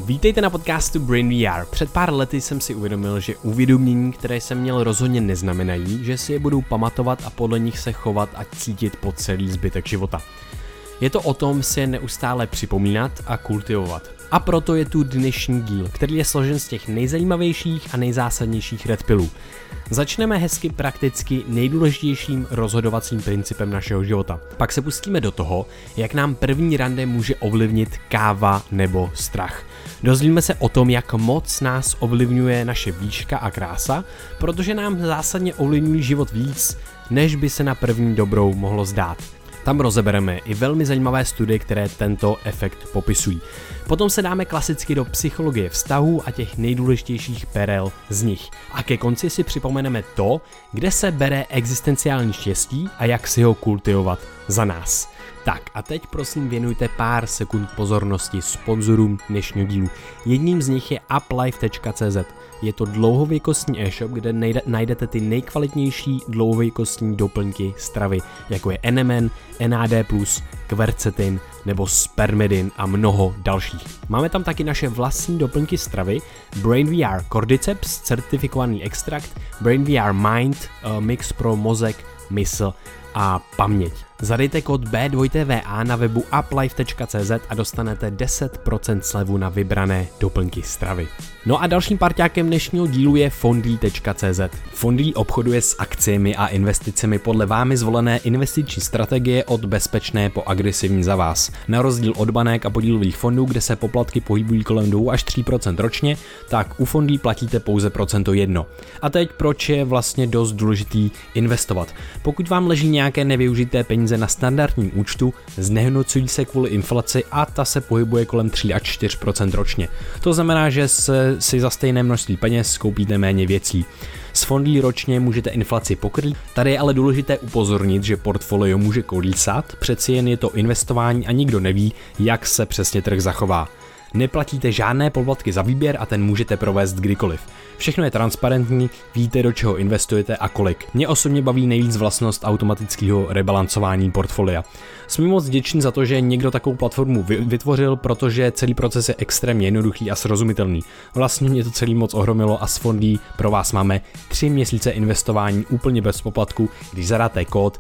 Vítejte na podcastu Brain VR. Před pár lety jsem si uvědomil, že uvědomění, které jsem měl, rozhodně neznamenají, že si je budu pamatovat a podle nich se chovat a cítit po celý zbytek života. Je to o tom si je neustále připomínat a kultivovat. A proto je tu dnešní díl, který je složen z těch nejzajímavějších a nejzásadnějších red pillů. Začneme hezky prakticky nejdůležitějším rozhodovacím principem našeho života. Pak se pustíme do toho, jak nám první rande může ovlivnit káva nebo strach. Dozvíme se o tom, jak moc nás ovlivňuje naše výška a krása, protože nám zásadně ovlivňují život víc, než by se na první dobrou mohlo zdát. Tam rozebereme i velmi zajímavé studie, které tento efekt popisují. Potom se dáme klasicky do psychologie vztahů a těch nejdůležitějších perel z nich. A ke konci si připomeneme to, kde se bere existenciální štěstí a jak si ho kultivovat za nás. Tak a teď prosím věnujte pár sekund pozornosti sponzorům dnešního dílu. Jedním z nich je uplife.cz. Je to dlouhověkostní e-shop, kde najdete ty nejkvalitnější dlouhověkostní doplňky stravy, jako je NMN, NAD+, quercetin nebo spermidin a mnoho dalších. Máme tam taky naše vlastní doplňky stravy, Brain VR Cordyceps, certifikovaný extrakt, Brain VR Mind, mix pro mozek, mysl a paměť. Zadejte kód B2TVA na webu uplife.cz a dostanete 10% slevu na vybrané doplňky stravy. No a dalším parťákem dnešního dílu je Fondly.cz. Fondly obchoduje s akciemi a investicemi podle vámi zvolené investiční strategie od bezpečné po agresivní za vás. Na rozdíl od banek a podílových fondů, kde se poplatky pohybují kolem 2 až 3% ročně, tak u Fondly platíte pouze 1%. A teď proč je vlastně dost důležitý investovat? Pokud vám leží nějaké nevyužité peníze na standardním účtu, znehodnocují se kvůli inflaci a ta se pohybuje kolem 3 až 4% ročně. To znamená, že si za stejné množství peněz koupíte méně věcí. S Fondly ročně můžete inflaci pokrýt, tady je ale důležité upozornit, že portfolio může kolísat, přeci jen je to investování a nikdo neví, jak se přesně trh zachová. Neplatíte žádné poplatky za výběr a ten můžete provést kdykoliv. Všechno je transparentní, víte, do čeho investujete a kolik. Mě osobně baví nejvíc vlastnost automatického rebalancování portfolia. Jsem moc vděčný za to, že někdo takovou platformu vytvořil, protože celý proces je extrémně jednoduchý a srozumitelný. Vlastně mě to celý moc ohromilo a s Fondly pro vás máme 3 měsíce investování úplně bez poplatku, když zadáte kód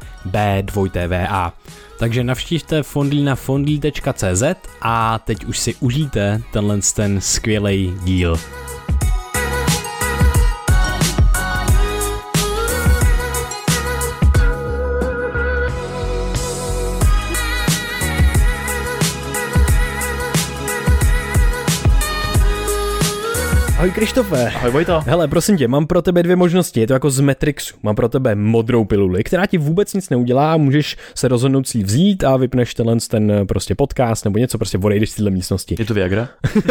B2TVA. Takže navštívte Fondly na fondly.cz a teď už si užijte ten skvělý díl. Ahoj Krištofe. Ahoj Vojto. Hele, prosím tě, mám pro tebe 2 možnosti, je to jako z Matrixu. Mám pro tebe modrou piluli, která ti vůbec nic neudělá, můžeš se rozhodnout si ji vzít a vypneš ten prostě podcast nebo něco, prostě odejdeš z téhle místnosti. Je to Viagra?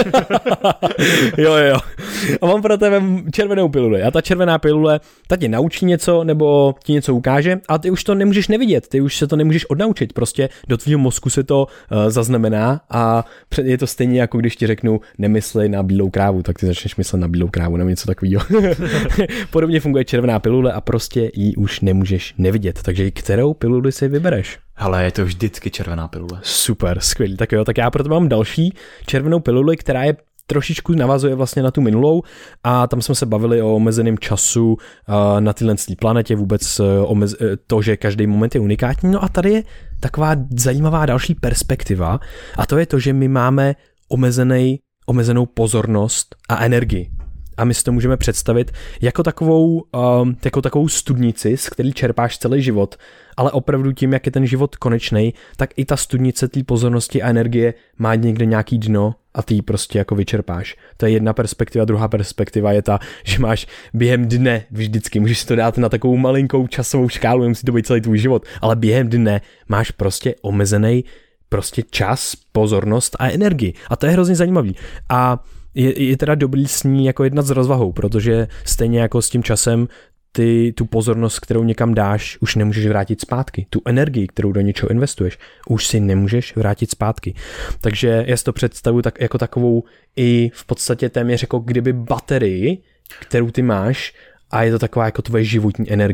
Jo. A mám pro tebe červenou piluli. A ta červená pilule, ta tě naučí něco nebo ti něco ukáže a ty už to nemůžeš nevidět, ty už se to nemůžeš odnaučit, prostě do tvýho mozku se to zaznamená a je to stejně jako když ti řeknu nemysli na bílou krávu, tak ty začneš myslet na bílou krávu nebo něco takového. Podobně funguje červená pilule a prostě ji už nemůžeš nevidět. Takže kterou piluli si vybereš? Hele, je to vždycky červená pilule. Super, skvělý. Tak jo, tak já proto mám další červenou piluli, která je trošičku navazuje vlastně na tu minulou a tam jsme se bavili o omezeném času na téhle planetě, vůbec to, že každý moment je unikátní. No a tady je taková zajímavá další perspektiva a to je to, že my máme omezenou pozornost a energii. A my si to můžeme představit jako takovou studnici, z který čerpáš celý život, ale opravdu tím, jak je ten život konečnej, tak i ta studnice té pozornosti a energie má někde nějaký dno a ty ji prostě jako vyčerpáš. To je jedna perspektiva, druhá perspektiva je ta, že máš během dne vždycky, můžeš si to dát na takovou malinkou časovou škálu, nemusí to být celý tvůj život, ale během dne máš prostě omezený prostě čas, pozornost a energii. A to je hrozně zajímavý. A je teda dobrý s ní jako jednat s rozvahou, protože stejně jako s tím časem ty tu pozornost, kterou někam dáš, už nemůžeš vrátit zpátky. Tu energii, kterou do něčeho investuješ, už si nemůžeš vrátit zpátky. Takže já si to představuji tak, jako takovou i v podstatě téměř jako kdyby baterii, kterou ty máš a je to taková jako tvoje životní energie.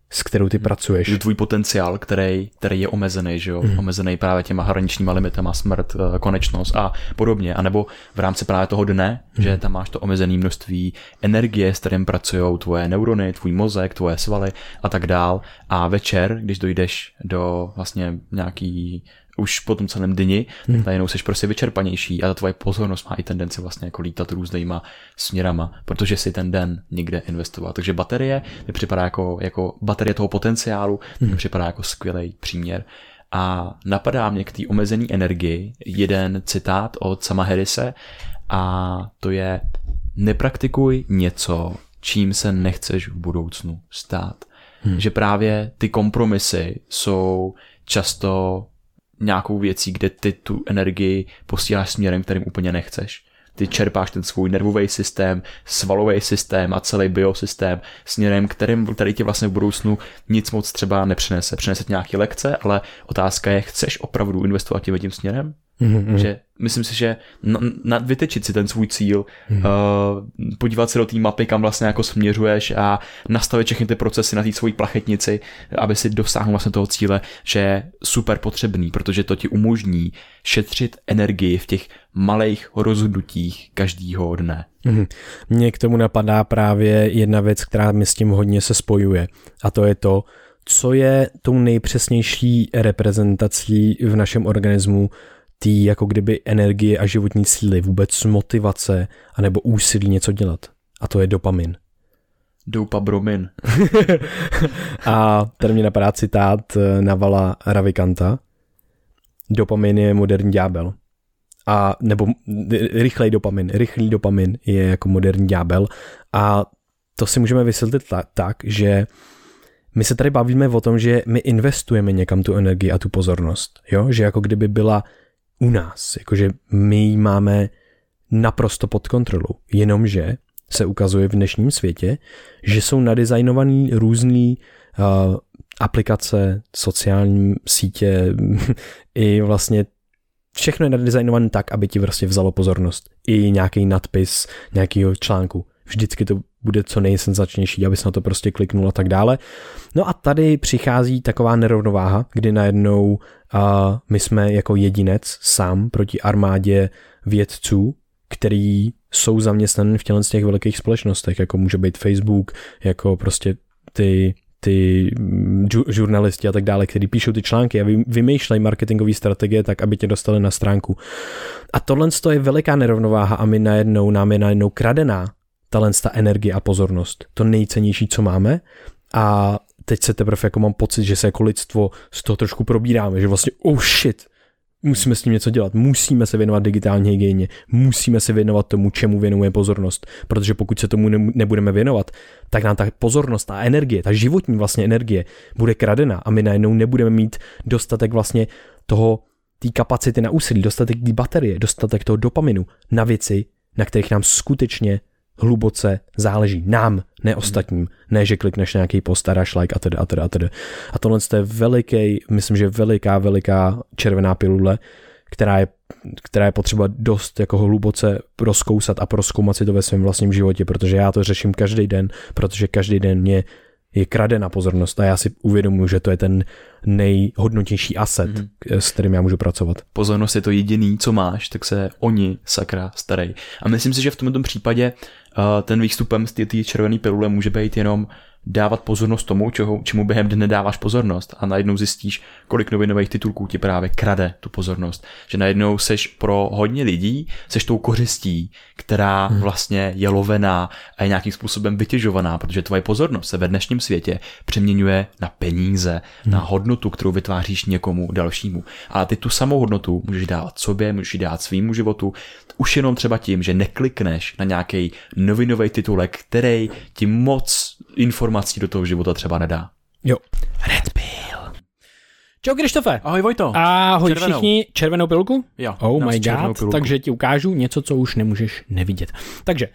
s kterou ty pracuješ. Je tvůj potenciál, který je omezený, že jo? Omezený právě těma hraničníma limitama, smrt, konečnost a podobně. A nebo v rámci právě toho dne, že tam máš to omezené množství energie, s kterým pracují tvoje neurony, tvůj mozek, tvoje svaly a tak dál. A večer, když dojdeš do vlastně nějaký už po tom celém dni, tak najednou seš prostě vyčerpanější a ta tvoje pozornost má i tendenci vlastně jako lítat různýma směrama, protože si ten den někde investoval. Takže baterie mi připadá jako baterie toho potenciálu, mi připadá jako skvělý příměr. A napadá mě k té omezené energii jeden citát od Sama Harrise a to je: nepraktikuj něco, čím se nechceš v budoucnu stát. Že právě ty kompromisy jsou často nějakou věcí, kde ty tu energii posíláš směrem, kterým úplně nechceš. Ty čerpáš ten svůj nervový systém, svalový systém a celý biosystém směrem, který ti vlastně v budoucnu nic moc třeba nepřinese. Přinese nějaké lekce, ale otázka je, chceš opravdu investovat tím směrem? Že myslím si, že vytečit si ten svůj cíl, podívat se do té mapy, kam vlastně jako směřuješ a nastavit všechny ty procesy na té svojí plachetnici, aby si dosáhl vlastně toho cíle, že je super potřebný, protože to ti umožní šetřit energii v těch malých rozhodnutích každýho dne. Mně k tomu napadá právě jedna věc, která mi s tím hodně se spojuje, a to je to, co je tou nejpřesnější reprezentací v našem organismu tý jako kdyby energie a životní síly, vůbec motivace anebo úsilí něco dělat. A to je dopamin. Dopabromin. A tady mě napadá citát Navala Ravikanta. Dopamin je moderní ďábel. A nebo rychlý dopamin je jako moderní ďábel. A to si můžeme vysvětlit tak, že my se tady bavíme o tom, že my investujeme někam tu energii a tu pozornost. Jo? Že jako kdyby byla u nás, jakože my ji máme naprosto pod kontrolou, jenomže se ukazuje v dnešním světě, že jsou nadizajnované různé aplikace, sociální sítě i vlastně všechno je nadizajnované tak, aby ti vlastně vzalo pozornost. I nějaký nadpis nějakého článku. Vždycky to bude co nejsenzačnější, aby se na to prostě kliknul a tak dále. No a tady přichází taková nerovnováha, kdy najednou my jsme jako jedinec sám proti armádě vědců, který jsou zaměstnaní v těch velkých společnostech, jako může být Facebook, jako prostě ty žurnalisti a tak dále, kteří píšou ty články a vymýšlejí marketingové strategie tak, aby tě dostali na stránku. A tohle je veliká nerovnováha a nám je najednou kradená ta energie a pozornost. To nejcennější, co máme, a teď se teprve jako mám pocit, že se jako lidstvo z toho trošku probíráme, že vlastně musíme s tím něco dělat, musíme se věnovat digitální hygieně, musíme se věnovat tomu, čemu věnujeme pozornost, protože pokud se tomu nebudeme věnovat, tak nám ta pozornost a energie, ta životní vlastně energie bude kradena a my najednou nebudeme mít dostatek vlastně té kapacity na úsilí, dostatek té baterie, dostatek toho dopaminu na věci, na kterých nám skutečně hluboce záleží. Nám, ne ostatním. Ne, že klikneš nějaký post a dáš like a teda. A tohle je myslím, že veliká červená pilule, která je potřeba dost jako hluboce rozkousat a prozkoumat si to ve svém vlastním životě, protože já to řeším každý den, protože každý den mě je kradena pozornost a já si uvědomuji, že to je ten nejhodnotější asset, s kterým já můžu pracovat. Pozornost je to jediný, co máš, tak se oni sakra starej. A myslím si, že v tomto případě ten výstupem z té červené pilule může být jenom dávat pozornost tomu, čemu během dne dáváš pozornost, a najednou zjistíš, kolik novinových titulků ti právě krade tu pozornost. Že najednou seš pro hodně lidí, seš tou kořistí, která vlastně je lovená a je nějakým způsobem vytěžovaná, protože tvoje pozornost se ve dnešním světě přeměňuje na peníze, na hodnotu, kterou vytváříš někomu dalšímu. Ale ty tu samou hodnotu můžeš dávat sobě, můžeš ji dát svýmu životu, už jenom třeba tím, že neklikneš na nějaký novinový titulek, který ti moc informací do toho života třeba nedá. Jo. Red Pill. Čau, Krištofe. Ahoj, Vojto. Ahoj všichni. Červenou pilku? Jo. Oh my god. Takže ti ukážu něco, co už nemůžeš nevidět. Takže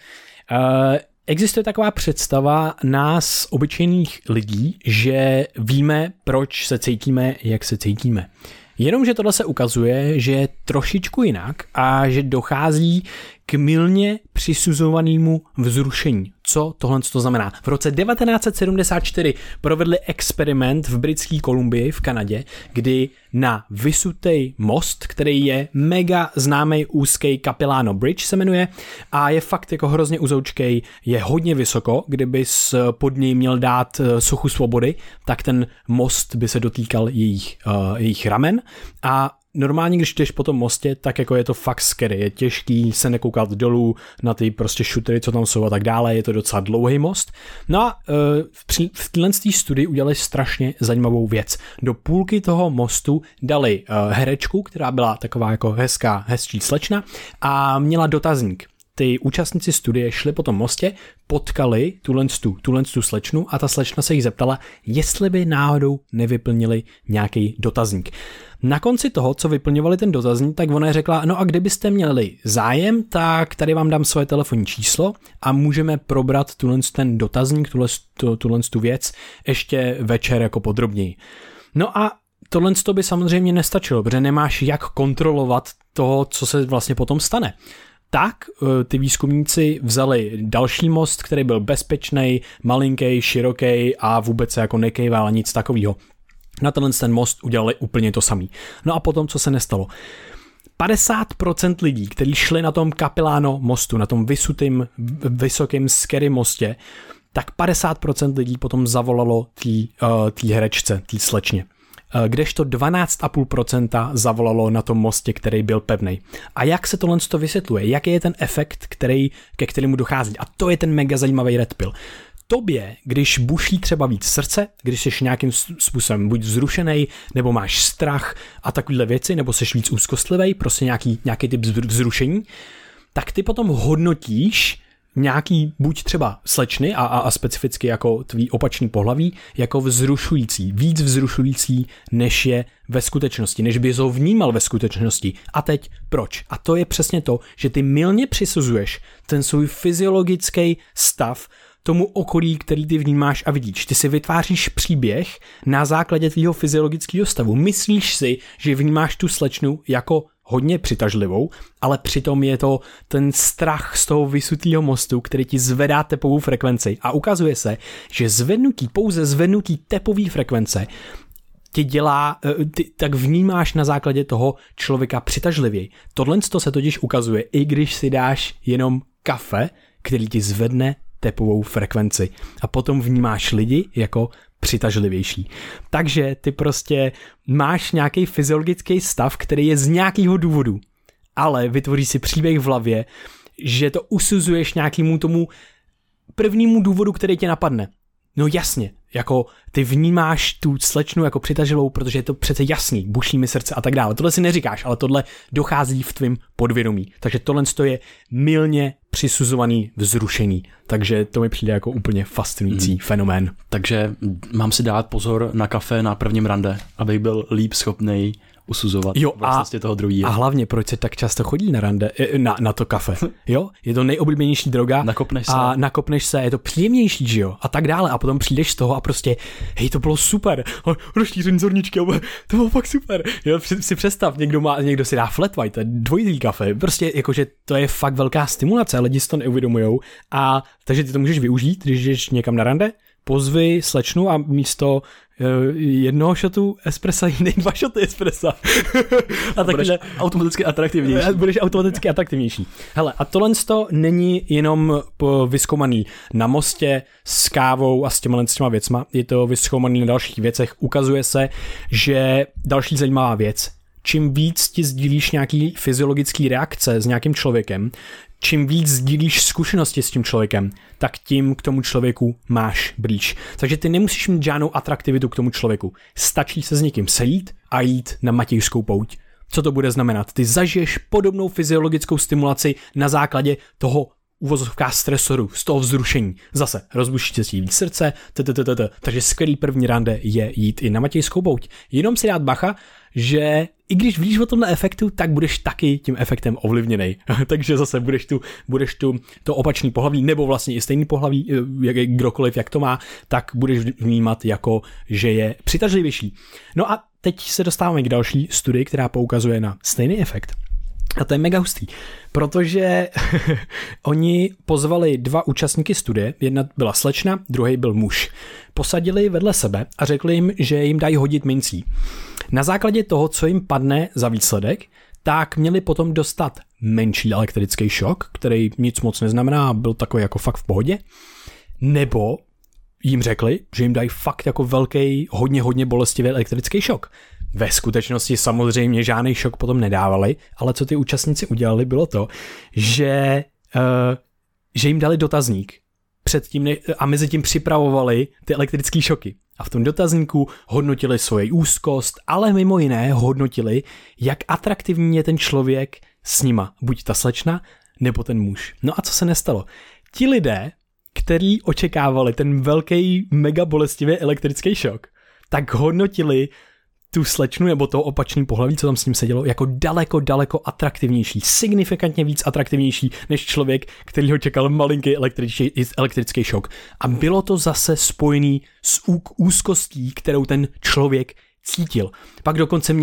existuje taková představa nás, obyčejných lidí, že víme, proč se cítíme, jak se cítíme. Jenomže tohle se ukazuje, že je trošičku jinak a že dochází k mylně přisuzovanému vzrušení. Co tohle to znamená? V roce 1974 provedli experiment v Britské Kolumbii v Kanadě, kdy na vysutý most, který je mega známý úzký Capilano Bridge se jmenuje a je fakt jako hrozně uzoučkej, je hodně vysoko, kdybys pod něj měl dát sochu svobody, tak ten most by se dotýkal jejich ramen a normálně, když jdeš po tom mostě, tak jako je to fakt scary, je těžký se nekoukat dolů na ty prostě šutery, co tam jsou a tak dále, je to docela dlouhý most. No a v téhle studii udělali strašně zajímavou věc. Do půlky toho mostu dali herečku, která byla taková jako hezčí slečna a měla dotazník. Ty účastníci studie šli po tom mostě, potkali tuhle slečnu a ta slečna se jich zeptala, jestli by náhodou nevyplnili nějaký dotazník. Na konci toho, co vyplňovali ten dotazník, tak ona řekla, no a kdybyste měli zájem, tak tady vám dám svoje telefonní číslo a můžeme probrat ten dotazník, tuhle věc ještě večer jako podrobněji. No a tohle by samozřejmě nestačilo, protože nemáš jak kontrolovat toho, co se vlastně potom stane. Tak ty výzkumníci vzali další most, který byl bezpečný, malinký, široký a vůbec se jako nekejval nic takového. Na ten most udělali úplně to samý. No a potom, co se nestalo? 50% lidí, kteří šli na tom Capilano mostu, na tom vysokém scary mostě, tak 50% lidí potom zavolalo té herečce, té slečně. Kdežto 12,5% zavolalo na tom mostě, který byl pevnej. A jak se tohle vysvětluje? Jaký je ten efekt, ke kterému dochází? A to je ten mega zajímavý red pill. Tobě, když buší třeba víc srdce, když jsi nějakým způsobem buď vzrušenej, nebo máš strach a takovéhle věci, nebo jsi víc úzkostlivý, prostě nějaký typ vzrušení, tak ty potom hodnotíš nějaký buď třeba slečny a specificky jako tvý opačný pohlaví, jako vzrušující, víc vzrušující, než je ve skutečnosti, než bys ho vnímal ve skutečnosti. A teď proč? A to je přesně to, že ty mylně přisuzuješ ten svůj fyziologický stav tomu okolí, který ty vnímáš a vidíš. Ty si vytváříš příběh na základě tvýho fyziologického stavu. Myslíš si, že vnímáš tu slečnu jako hodně přitažlivou, ale přitom je to ten strach z toho vysutého mostu, který ti zvedá tepovou frekvenci. A ukazuje se, že pouze zvednutí tepové frekvence ti dělá, tak vnímáš na základě toho člověka přitažlivěji. Tohle se totiž ukazuje, i když si dáš jenom kafe, který ti zvedne tepovou frekvenci. A potom vnímáš lidi jako přitažlivější. Takže ty prostě máš nějaký fyziologický stav, který je z nějakého důvodu, ale vytvoří si příběh v hlavě, že to usuzuješ nějakému tomu prvnímu důvodu, který tě napadne. No jasně, jako ty vnímáš tu slečnu jako přitažlivou, protože je to přece jasný, buší mi srdce a tak dále. Tohle si neříkáš, ale tohle dochází v tvým podvědomí. Takže tohle je mylně přisuzovaný vzrušení. Takže to mi přijde jako úplně fascinující fenomén. Takže mám si dát pozor na kafe na prvním rande, abych byl líp schopnej usuzovat vlastně toho druhého. A hlavně, proč se tak často chodí na rande, na to kafe, jo? Je to nejoblíbenější droga. Nakopneš se, je to příjemnější, že jo? A tak dále. A potom přijdeš z toho a prostě, hej, to bylo super. Rozšířený zorničky, to bylo fakt super. Jo, si představ, někdo si dá flat white, dvojitý kafe. Prostě jakože to je fakt velká stimulace, lidi si to neuvědomujou. A takže ty to můžeš využít, když jdeš někam na rande, pozvi slečnu a místo jednoho šotu espressa jí 2 šoty espressa. A budeš automaticky atraktivnější. Budeš automaticky atraktivnější. Hele, a tohle není jenom vyzkoumaný na mostě s kávou a s těma věcma, je to vyzkoumaný na dalších věcech. Ukazuje se, že další zajímavá věc, čím víc ti sdílíš nějaký fyziologický reakce s nějakým člověkem, čím víc sdílíš zkušenosti s tím člověkem, tak tím k tomu člověku máš blíž. Takže ty nemusíš mít žádnou atraktivitu k tomu člověku. Stačí se s někým sejít a jít na Matějskou pouť. Co to bude znamenat? Ty zažiješ podobnou fyziologickou stimulaci na základě toho uvozovká stresoru, z toho vzrušení. Zase rozbušíte si víc srdce, takže skvělý první rande je jít i na Matějskou pouť. Jenom si dát bacha, že i když víš o tomhle efektu, tak budeš taky tím efektem ovlivněnej. Takže zase budeš tu to opačný pohlaví, nebo vlastně i stejný pohlaví, kdokoliv, jak to má, tak budeš vnímat jako, že je přitažlivější. No a teď se dostáváme k další studii, která poukazuje na stejný efekt. A to je mega hustý, protože oni pozvali 2 účastníky studie, jedna byla slečna, druhý byl muž. Posadili vedle sebe a řekli jim, že jim dají hodit mincí. Na základě toho, co jim padne za výsledek, tak měli potom dostat menší elektrický šok, který nic moc neznamená, byl takový jako fakt v pohodě, nebo jim řekli, že jim dají fakt jako velký, hodně bolestivý elektrický šok. Ve skutečnosti samozřejmě žádný šok potom nedávali, ale co ty účastníci udělali, bylo to, že jim dali dotazník předtím a mezi tím připravovali ty elektrické šoky. A v tom dotazníku hodnotili svoji úzkost, ale mimo jiné hodnotili, jak atraktivní je ten člověk s nima, buď ta slečna, nebo ten muž. No a co se nestalo? Ti lidé, kteří očekávali ten velký, mega bolestivý elektrický šok, tak hodnotili tu slečnu nebo toho opačný pohlaví, co tam s ním sedělo, jako daleko atraktivnější, signifikantně víc atraktivnější než člověk, který ho čekal malinký elektrický šok. A bylo to zase spojený s úzkostí, kterou ten člověk cítil. Pak dokonce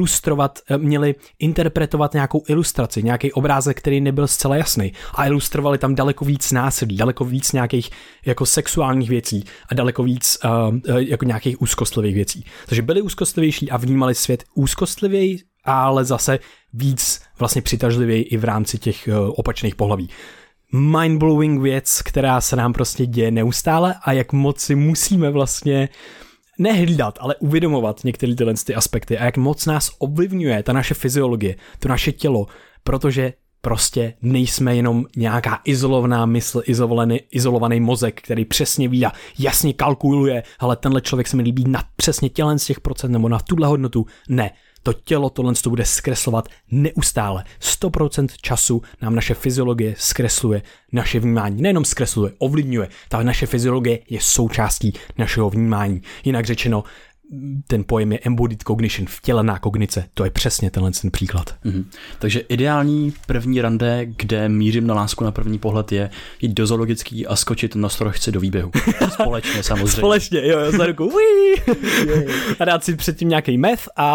měli interpretovat nějakou ilustraci, nějaký obrázek, který nebyl zcela jasný a ilustrovali tam daleko víc násilí, daleko víc nějakých jako sexuálních věcí a daleko víc jako nějakých úzkostlivých věcí. Takže byli úzkostlivější a vnímali svět úzkostlivěji, ale zase víc vlastně přitažlivěji i v rámci těch opačných pohlaví. Mindblowing věc, která se nám prostě děje neustále a jak moc si musíme vlastně nehlídat, ale uvědomovat některé tyhle aspekty a jak moc nás ovlivňuje ta naše fyziologie, to naše tělo, protože prostě nejsme jenom nějaká izolovaná mysl, izolovaný mozek, který přesně ví a jasně kalkuluje, ale tenhle člověk se mi líbí na přesně tělen z těch procent nebo na tuhle hodnotu. Ne, to tělo tohle bude zkreslovat neustále. 100% času nám naše fyziologie zkresluje naše vnímání. Nejenom zkresluje, ovlivňuje. Ta naše fyziologie je součástí našeho vnímání. Jinak řečeno, ten pojem je embodied cognition, vtělená kognice. To je přesně ten příklad. Takže ideální první rande, kde mířím na lásku na první pohled, je jít do zoologický a skočit na strožce do výběhu. Společně samozřejmě. Společně, jo, za ruku. A dát si předtím nějaký meth a...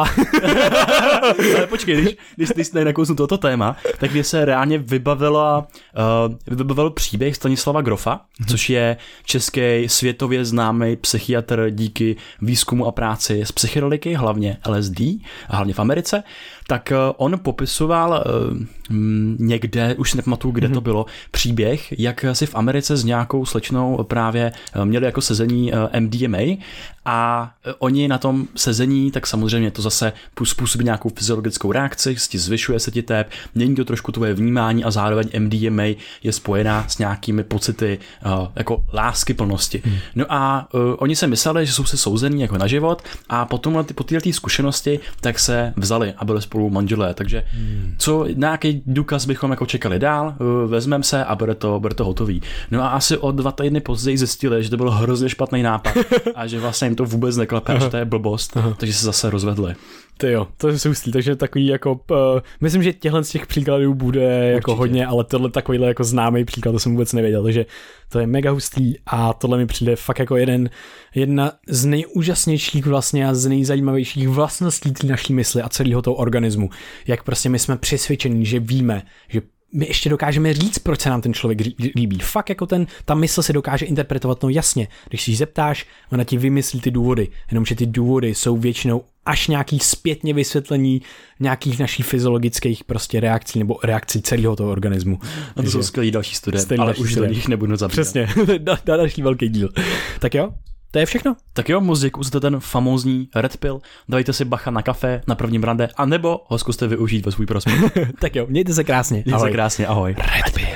Ale počkej, když jste nakousnu toto téma, tak mě se reálně vybavil příběh Stanislava Grofa, což je český světově známý psychiatr díky výzkumu a práci z psychedeliky, hlavně LSD a hlavně v Americe, tak on popisoval někde, už si nepamatuju, kde to bylo, příběh, jak si v Americe s nějakou slečnou právě měli jako sezení MDMA a oni na tom sezení, tak samozřejmě to zase způsobí nějakou fyziologickou reakci, zvyšuje se ti tep, mění to trošku tvoje vnímání a zároveň MDMA je spojená s nějakými pocity jako láskyplnosti. No a oni se mysleli, že jsou se souzení jako na život a potom po této zkušenosti tak se vzali a byli spolu manželé, takže nějaký důkaz bychom jako čekali dál, vezmeme se a bude to hotový. No a asi o 2 týdny později zjistili, že to byl hrozně špatný nápad a že vlastně jim to vůbec neklape, že to je blbost, takže se zase rozvedli. Ty jo, to je hustý, takže takový jako, myslím, že těchhle z těch příkladů bude jako hodně, ale tohle takovýhle jako známý příklad, to jsem vůbec nevěděl, takže to je mega hustý a tohle mi přijde fakt jako jedna z nejúžasnějších vlastně a z nejzajímavějších vlastností té naší mysli a celého toho organismu. Jak prostě my jsme přesvědčení, že víme, že my ještě dokážeme říct, proč se nám ten člověk líbí. Fakt jako ta mysl se dokáže interpretovat no jasně. Když si zeptáš, ona ti vymyslí ty důvody, jenomže ty důvody jsou většinou až nějaký zpětně vysvětlení nějakých našich fyziologických prostě reakcí nebo reakcí celého toho organismu. A to jsou skvělý další studie, ale už do nich nebudu zabývat. Přesně, další velký díl. Tak jo? To je všechno. Tak jo, moc děkuji za ten famózní Red Pill. Dávejte si bacha na kafe na prvním rande, anebo ho zkuste využít ve svůj prospěch. Tak jo, mějte se krásně. Mějte se krásně, ahoj. Red Pill.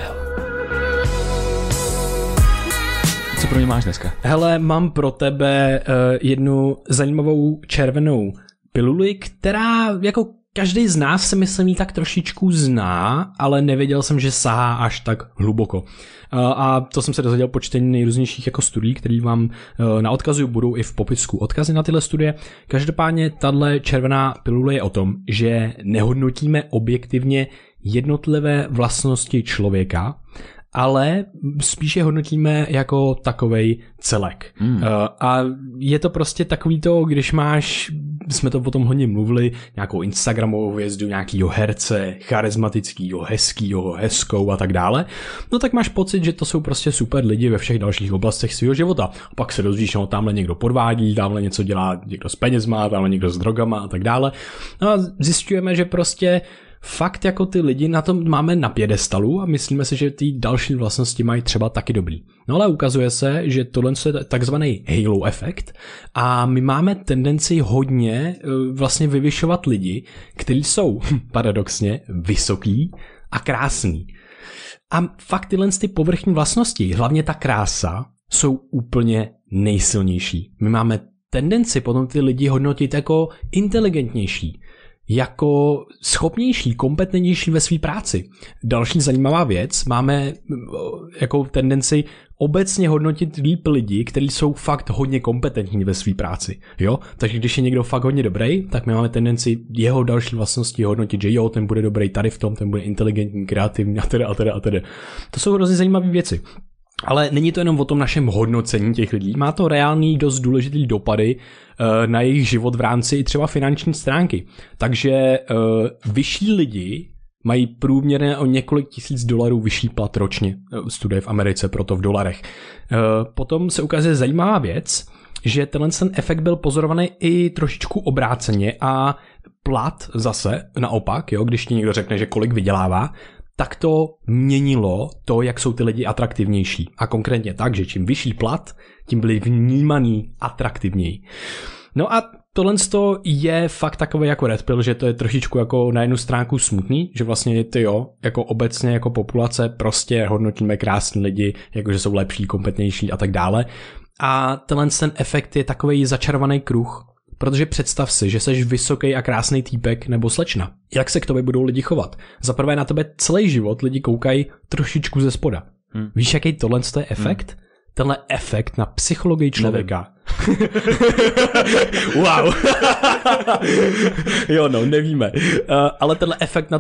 Co pro mě máš dneska? Hele, mám pro tebe jednu zajímavou červenou piluli, která jako každý z nás se myslím jí tak trošičku zná, ale nevěděl jsem, že sahá až tak hluboko. A to jsem se dozvěděl po čtení nejrůznějších jako studií, které vám na odkazu budou i v popisku odkazy na tyhle studie. Každopádně tahle červená pilule je o tom, že nehodnotíme objektivně jednotlivé vlastnosti člověka, ale spíše hodnotíme jako takovej celek. A je to prostě takový to, když máš, jsme to o tom hodně mluvili, nějakou instagramovou hvězdu, nějakýho herce, charismatickýho, hezkýho, hezkou a tak dále, no tak máš pocit, že to jsou prostě super lidi ve všech dalších oblastech svého života. A pak se dozvíš, no tamhle někdo podvádí, tamhle něco dělá někdo s penězma, tamhle někdo s drogama a tak dále. No a zjišťujeme, že prostě fakt jako ty lidi na tom máme na pědestalu a myslíme si, že ty další vlastnosti mají třeba taky dobrý. No ale ukazuje se, že tohle je takzvaný halo efekt a my máme tendenci hodně vlastně vyvyšovat lidi, kteří jsou paradoxně vysoký a krásný. A fakt tyhle ty povrchní vlastnosti, hlavně ta krása, jsou úplně nejsilnější. My máme tendenci potom ty lidi hodnotit jako inteligentnější, jako schopnější, kompetentnější ve své práci. Další zajímavá věc, máme jako tendenci obecně hodnotit líp lidi, kteří jsou fakt hodně kompetentní ve své práci. Jo? Takže když je někdo fakt hodně dobrý, tak my máme tendenci jeho další vlastnosti hodnotit, že jo, ten bude dobrý tady v tom, ten bude inteligentní, kreativní a teda. To jsou hrozně zajímavé věci. Ale není to jenom o tom našem hodnocení těch lidí, má to reálný dost důležitý dopady na jejich život v rámci třeba finanční stránky. Takže vyšší lidi mají průměrně o několik $1000 vyšší plat ročně. Studie v Americe, proto v dolarech. Potom se ukazuje zajímavá věc, že ten efekt byl pozorovaný i trošičku obráceně a plat zase naopak, jo, když ti někdo řekne, že kolik vydělává, tak to měnilo to, jak jsou ty lidi atraktivnější. A konkrétně tak, že čím vyšší plat, tím byli vnímaný atraktivněji. No a tohle je fakt takový jako red pill, že to je trošičku jako na jednu stránku smutný, že vlastně ty jako obecně jako populace prostě hodnotíme krásní lidi, jakože jsou lepší, kompetentnější a tak dále. A ten efekt je takový začarovaný kruh, protože představ si, že jsi vysoký a krásný týpek nebo slečna. Jak se k tobě budou lidi chovat? Zaprvé na tebe celý život lidi koukají trošičku ze spoda. Víš, jaký tohle je efekt? Tenhle efekt na psychologii člověka. Wow. Jo, no, nevíme. Ale tenhle efekt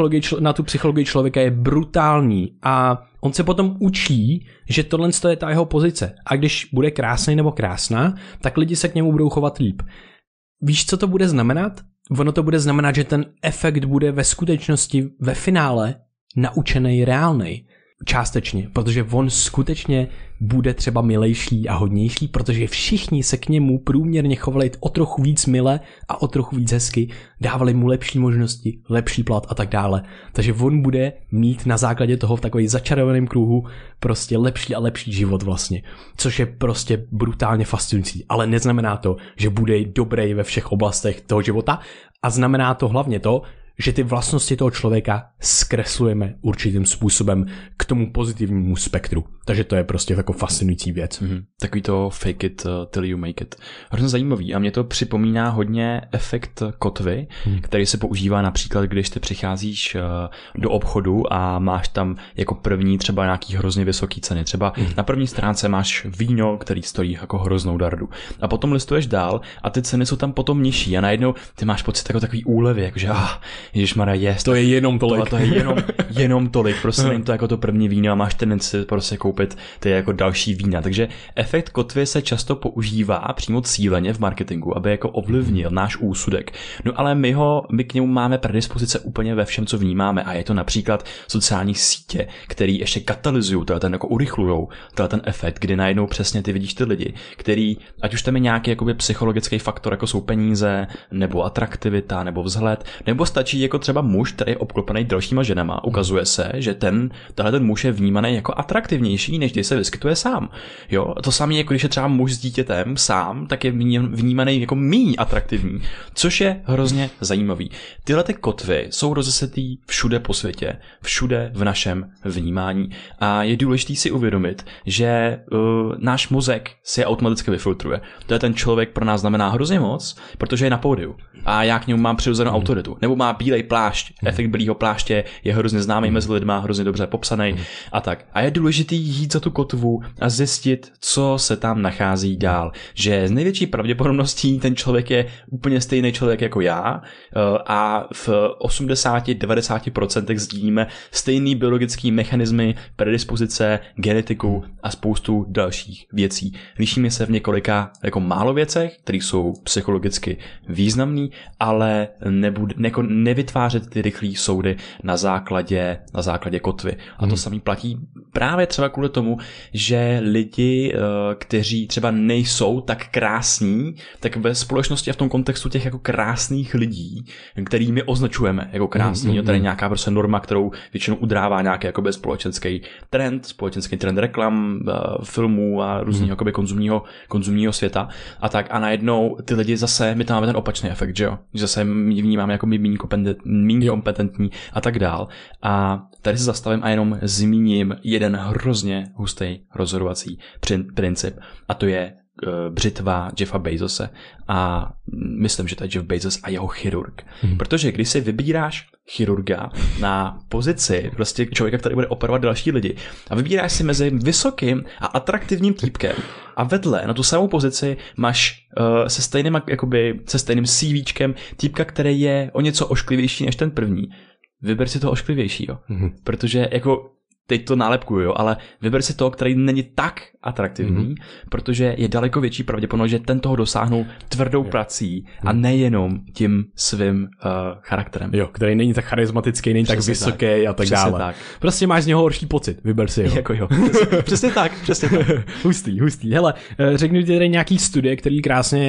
na tu psychologii člověka je brutální a on se potom učí, že tohle je ta jeho pozice. A když bude krásný nebo krásná, tak lidi se k němu budou chovat líp. Víš, co to bude znamenat? Ono to bude znamenat, že ten efekt bude ve skutečnosti ve finále naučený reálnej. Částečně, protože on skutečně bude třeba milejší a hodnější, protože všichni se k němu průměrně chovali o trochu víc mile a o trochu víc hezky, dávali mu lepší možnosti, lepší plat a tak dále. Takže on bude mít na základě toho v takový začarovaném kruhu prostě lepší a lepší život vlastně, což je prostě brutálně fascinující, ale neznamená to, že bude dobrý ve všech oblastech toho života a znamená to hlavně to, že ty vlastnosti toho člověka zkreslujeme určitým způsobem k tomu pozitivnímu spektru. Takže to je prostě jako fascinující věc. Takový to fake it till you make it. Hrozně zajímavý a mě to připomíná hodně efekt kotvy, který se používá například, když ty přicházíš do obchodu a máš tam jako první třeba nějaký hrozně vysoký ceny. Třeba na první stránce máš víno, který stojí jako hroznou dardu. A potom listuješ dál a ty ceny jsou tam potom nižší a najednou ty máš pocit jako takový úlevy, jakože ježišmarja, to je jenom tolik. To je jenom tolik, prostě není to jako to první víno a máš tendenci prostě koupit ty jako další vína. Takže efekt kotvy se často používá přímo cíleně v marketingu, aby jako ovlivnil náš úsudek. No ale my k němu máme predispozice úplně ve všem, co vnímáme a je to například sociální sítě, který ještě katalyzují, ten jako urychlujou ten efekt, kdy najednou přesně ty vidíš ty lidi, který, ať už tam je nějaký jakoby psychologický faktor, jako jsou peníze, nebo atraktivita, nebo vzhled, nebo stačí jako třeba muž, který je obklopený dalšíma ženama. Ukazuje se, že ten muž je vnímaný jako atraktivnější, než když se vyskytuje sám. Jo, to samé jako když je třeba muž s dítětem sám, tak je vnímaný jako méně atraktivní, což je hrozně zajímavý. Tyhle ty kotvy jsou rozesetý všude po světě, všude v našem vnímání a je důležité si uvědomit, že náš mozek si je automaticky vyfiltruje. To je ten člověk pro nás znamená hrozně moc, protože je na pódiu a já k němu mám přirozenou autoritu, nebo má bílej plášť, efekt bílého pláště je hrozně známý mezi lidma, hrozně dobře popsaný a tak. A je důležitý jít za tu kotvu a zjistit, co se tam nachází dál. Že z největší pravděpodobností ten člověk je úplně stejný člověk jako já a v 80-90% sdílíme stejný biologický mechanismy, predispozice, genetiku a spoustu dalších věcí. Lišíme se v několika jako málo věcech, které jsou psychologicky významný, ale nevytvářet ty rychlé soudy na základě kotvy. A to samý platí právě třeba kvůli tomu, že lidi, kteří třeba nejsou tak krásní, tak ve společnosti a v tom kontextu těch jako krásných lidí, který my označujeme jako krásný, tady je nějaká prostě norma, kterou většinou udrává nějaký jakoby společenský trend reklam, filmů a různého jakoby konzumního světa a tak a najednou ty lidi zase, my tam máme ten opačný efekt, že jo? Že zase my vnímáme jako méně kompetentní a tak dál. A tady se zastavím a jenom zmíním jeden hrozně hustý rozhodovací princip a to je břitva Jeffa Bezose a myslím, že to je Jeff Bezos a jeho chirurg. Protože když si vybíráš chirurga na pozici prostě člověka, který bude operovat další lidi a vybíráš si mezi vysokým a atraktivním týpkem a vedle na tu samou pozici máš se stejným CVčkem týpka, který je o něco ošklivější než ten první. Vyber si toho ošklivějšího. Protože jako teď to nálepkuju, jo, ale vyber si toho, který není tak atraktivní, protože je daleko větší pravděpodobnost, že ten toho dosáhnou tvrdou prací a nejenom tím svým charakterem. Jo, který není tak charismatický, není tak vysoký a tak dále. Tak. Prostě máš z něho horší pocit, vyber si ho. Jako jo. Přesně tak. Hustý. Hele, řeknu ti tady nějaký studie, který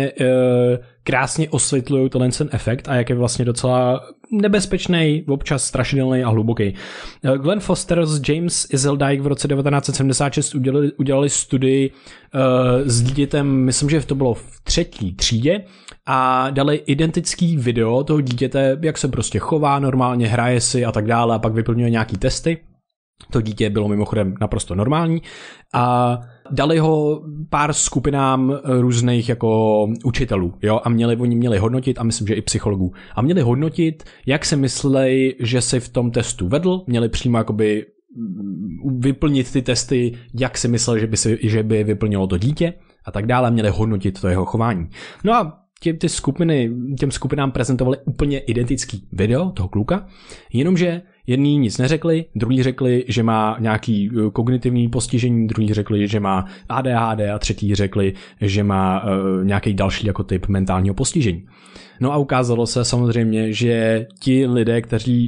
krásně osvětlují ten efekt a jak je vlastně docela nebezpečný, občas strašidelný a hluboký. Glenn Foster s James Iseldike v roce 1976 udělali studii s dítětem, myslím, že to bylo v 3. třídě a dali identický video toho dítěte, jak se prostě chová normálně, hraje si a tak dále a pak vyplňuje nějaký testy. To dítě bylo mimochodem naprosto normální a dali ho pár skupinám různých jako učitelů, jo, a oni měli hodnotit, a myslím, že i psychologů, a měli hodnotit, jak se myslej, že si v tom testu vedl, měli přímo jakoby vyplnit ty testy, jak si myslel, že by vyplnilo to dítě a tak dále, měli hodnotit to jeho chování. No a těm skupinám prezentovali úplně identický video toho kluka, jenomže jedni nic neřekli, druhý řekli, že má nějaký kognitivní postižení, druhý řekli, že má ADHD a třetí řekli, že má nějaký další jako typ mentálního postižení. No a ukázalo se samozřejmě, že ti lidé,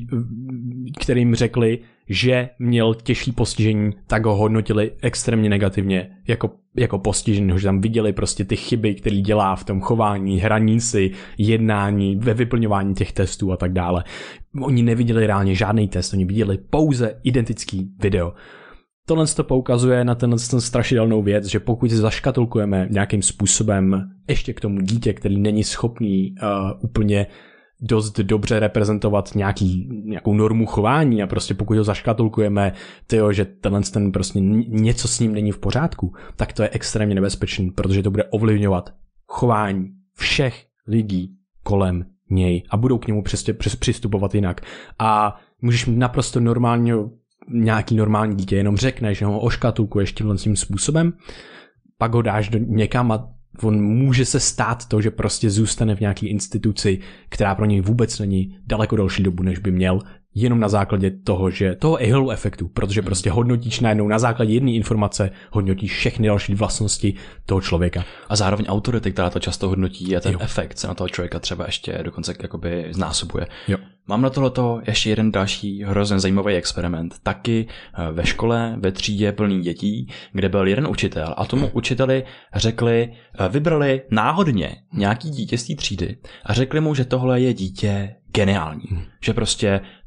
kterým řekli, že měl těžší postižení, tak ho hodnotili extrémně negativně jako postižený, že tam viděli prostě ty chyby, které dělá v tom chování, hraní si, jednání, ve vyplňování těch testů a tak dále. Oni neviděli reálně žádný test, oni viděli pouze identický video. Tohle to poukazuje na ten strašidelnou věc, že pokud zaškatulkujeme nějakým způsobem ještě k tomu dítě, který není schopný úplně dost dobře reprezentovat nějakou normu chování a prostě pokud ho zaškatulkujeme, že ten prostě něco s ním není v pořádku, tak to je extrémně nebezpečný, protože to bude ovlivňovat chování všech lidí kolem něj a budou k němu přistupovat jinak. A můžeš naprosto nějaký normální dítě jenom řekneš, že ho oškatulkuješ tímhle způsobem, pak ho dáš někam a on může se stát to, že prostě zůstane v nějaké instituci, která pro něj vůbec není daleko delší dobu, než by měl, jenom na základě toho halo efektu, protože prostě hodnotíš najednou na základě jedné informace, hodnotíš všechny další vlastnosti toho člověka. A zároveň autority, která to často hodnotí a ten efekt se na toho člověka třeba ještě dokonce jakoby znásobuje. Jo. Mám na tohleto ještě jeden další hrozně zajímavý experiment. Taky ve škole, ve třídě plný dětí, kde byl jeden učitel a tomu učiteli vybrali náhodně nějaký dítě z té třídy a řekli mu, že tohle je dítě geniální. Že prostě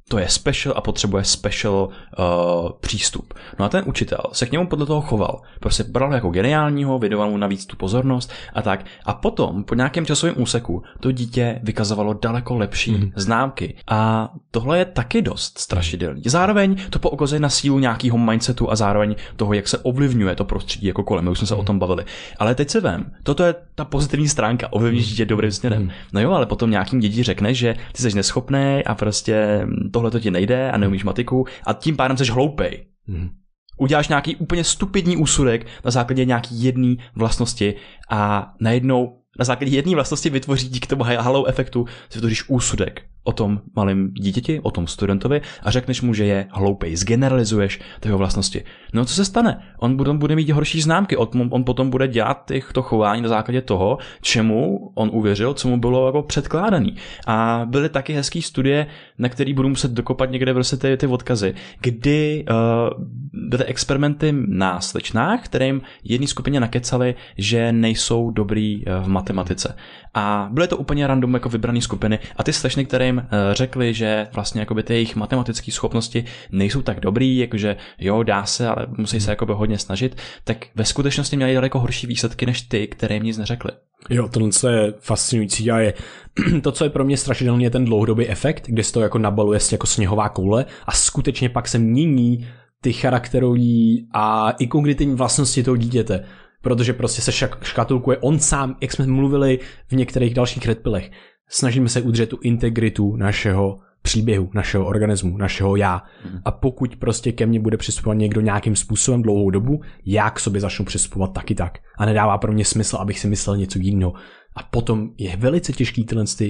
to je special a potřebuje special přístup. No a ten učitel se k němu podle toho choval. Prostě bral jako geniálního, věnoval mu navíc tu pozornost a tak. A potom po nějakém časovém úseku to dítě vykazovalo daleko lepší známky. A tohle je taky dost strašidelný. Zároveň to poukazuje na sílu nějakého mindsetu a zároveň toho, jak se ovlivňuje to prostředí jako kolem. My už jsme se o tom bavili. Ale teď se vem, toto je ta pozitivní stránka, ovlivníš dítě dobrým směrem. No jo, ale potom nějakým děti řekne, že ty jsi nesschopný a prostě tohle to ti nejde a neumíš matiku a tím pádem jsi hloupej. Uděláš nějaký úplně stupidní úsudek na základě nějaký jedné vlastnosti a najednou na základě jedné vlastnosti vytvoří díky tomu halo efektu, si vytvoříš úsudek o tom malém dítěti, o tom studentovi a řekneš mu, že je hloupej. Zgeneralizuješ ty jeho vlastnosti. No co se stane? On bude mít horší známky, on potom bude dělat to chování na základě toho, čemu on uvěřil, co mu bylo jako předkládaný. A byly taky hezký studie, na který budu muset dokopat někde prostě ty odkazy, kdy byly experimenty na slečnách, kterým jedné skupině nakecali, že nejsou dobrý v matematice. A byly to úplně random jako vybrané skupiny a ty slečny, kterým řekli, že vlastně jakoby ty jejich matematické schopnosti nejsou tak dobrý, jakože jo, dá se, ale musí se jakoby hodně snažit, tak ve skutečnosti měli daleko horší výsledky než ty, které jim nic neřekli. Jo, tohle je fascinující a je to, co je pro mě strašidelný, je ten dlouhodobý efekt, kde se to jako nabaluje jako sněhová koule a skutečně pak se mění ty charakterový a i kognitivní vlastnosti toho dítěte. Protože prostě se škatulkuje on sám, jak jsme mluvili v některých dalších Red Pillech. Snažíme se udržet tu integritu našeho příběhu, našeho organismu, našeho já. A pokud prostě ke mně bude přistupovat někdo nějakým způsobem dlouhou dobu, já k sobě začnu přistupovat taky tak. A nedává pro mě smysl, abych si myslel něco jiného. A potom je velice těžký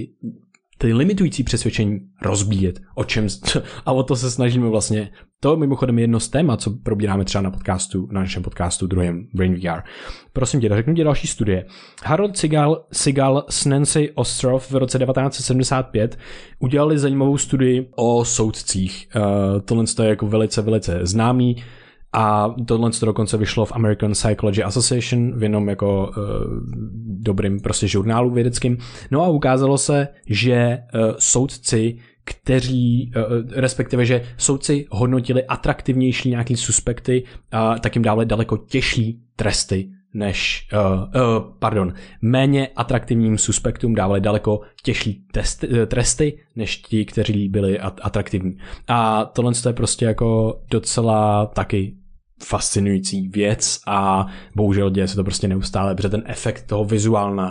ty limitující přesvědčení rozbíjet. A o to se snažíme vlastně. To mimochodem je jedno z témat, co probíráme třeba na našem podcastu druhém Brain VR. Prosím tě, řeknu ti další studie. Harold Segal s Nancy Ostroff v roce 1975 udělali zajímavou studii o soudcích. Tohle je jako velice, velice známý. A tohle dokonce vyšlo v American Psychology Association v jenom jako dobrým prostě žurnálu vědeckým. No a ukázalo se, že soudci, respektive, že soudci hodnotili atraktivnější nějaký suspekty, tak jim dávali daleko těžší tresty než, méně atraktivním suspektům dávali daleko těžší tresty než ti, kteří byli atraktivní. A tohle je prostě jako docela taky fascinující věc a bohužel děje se to prostě neustále, protože ten efekt toho vizuálna,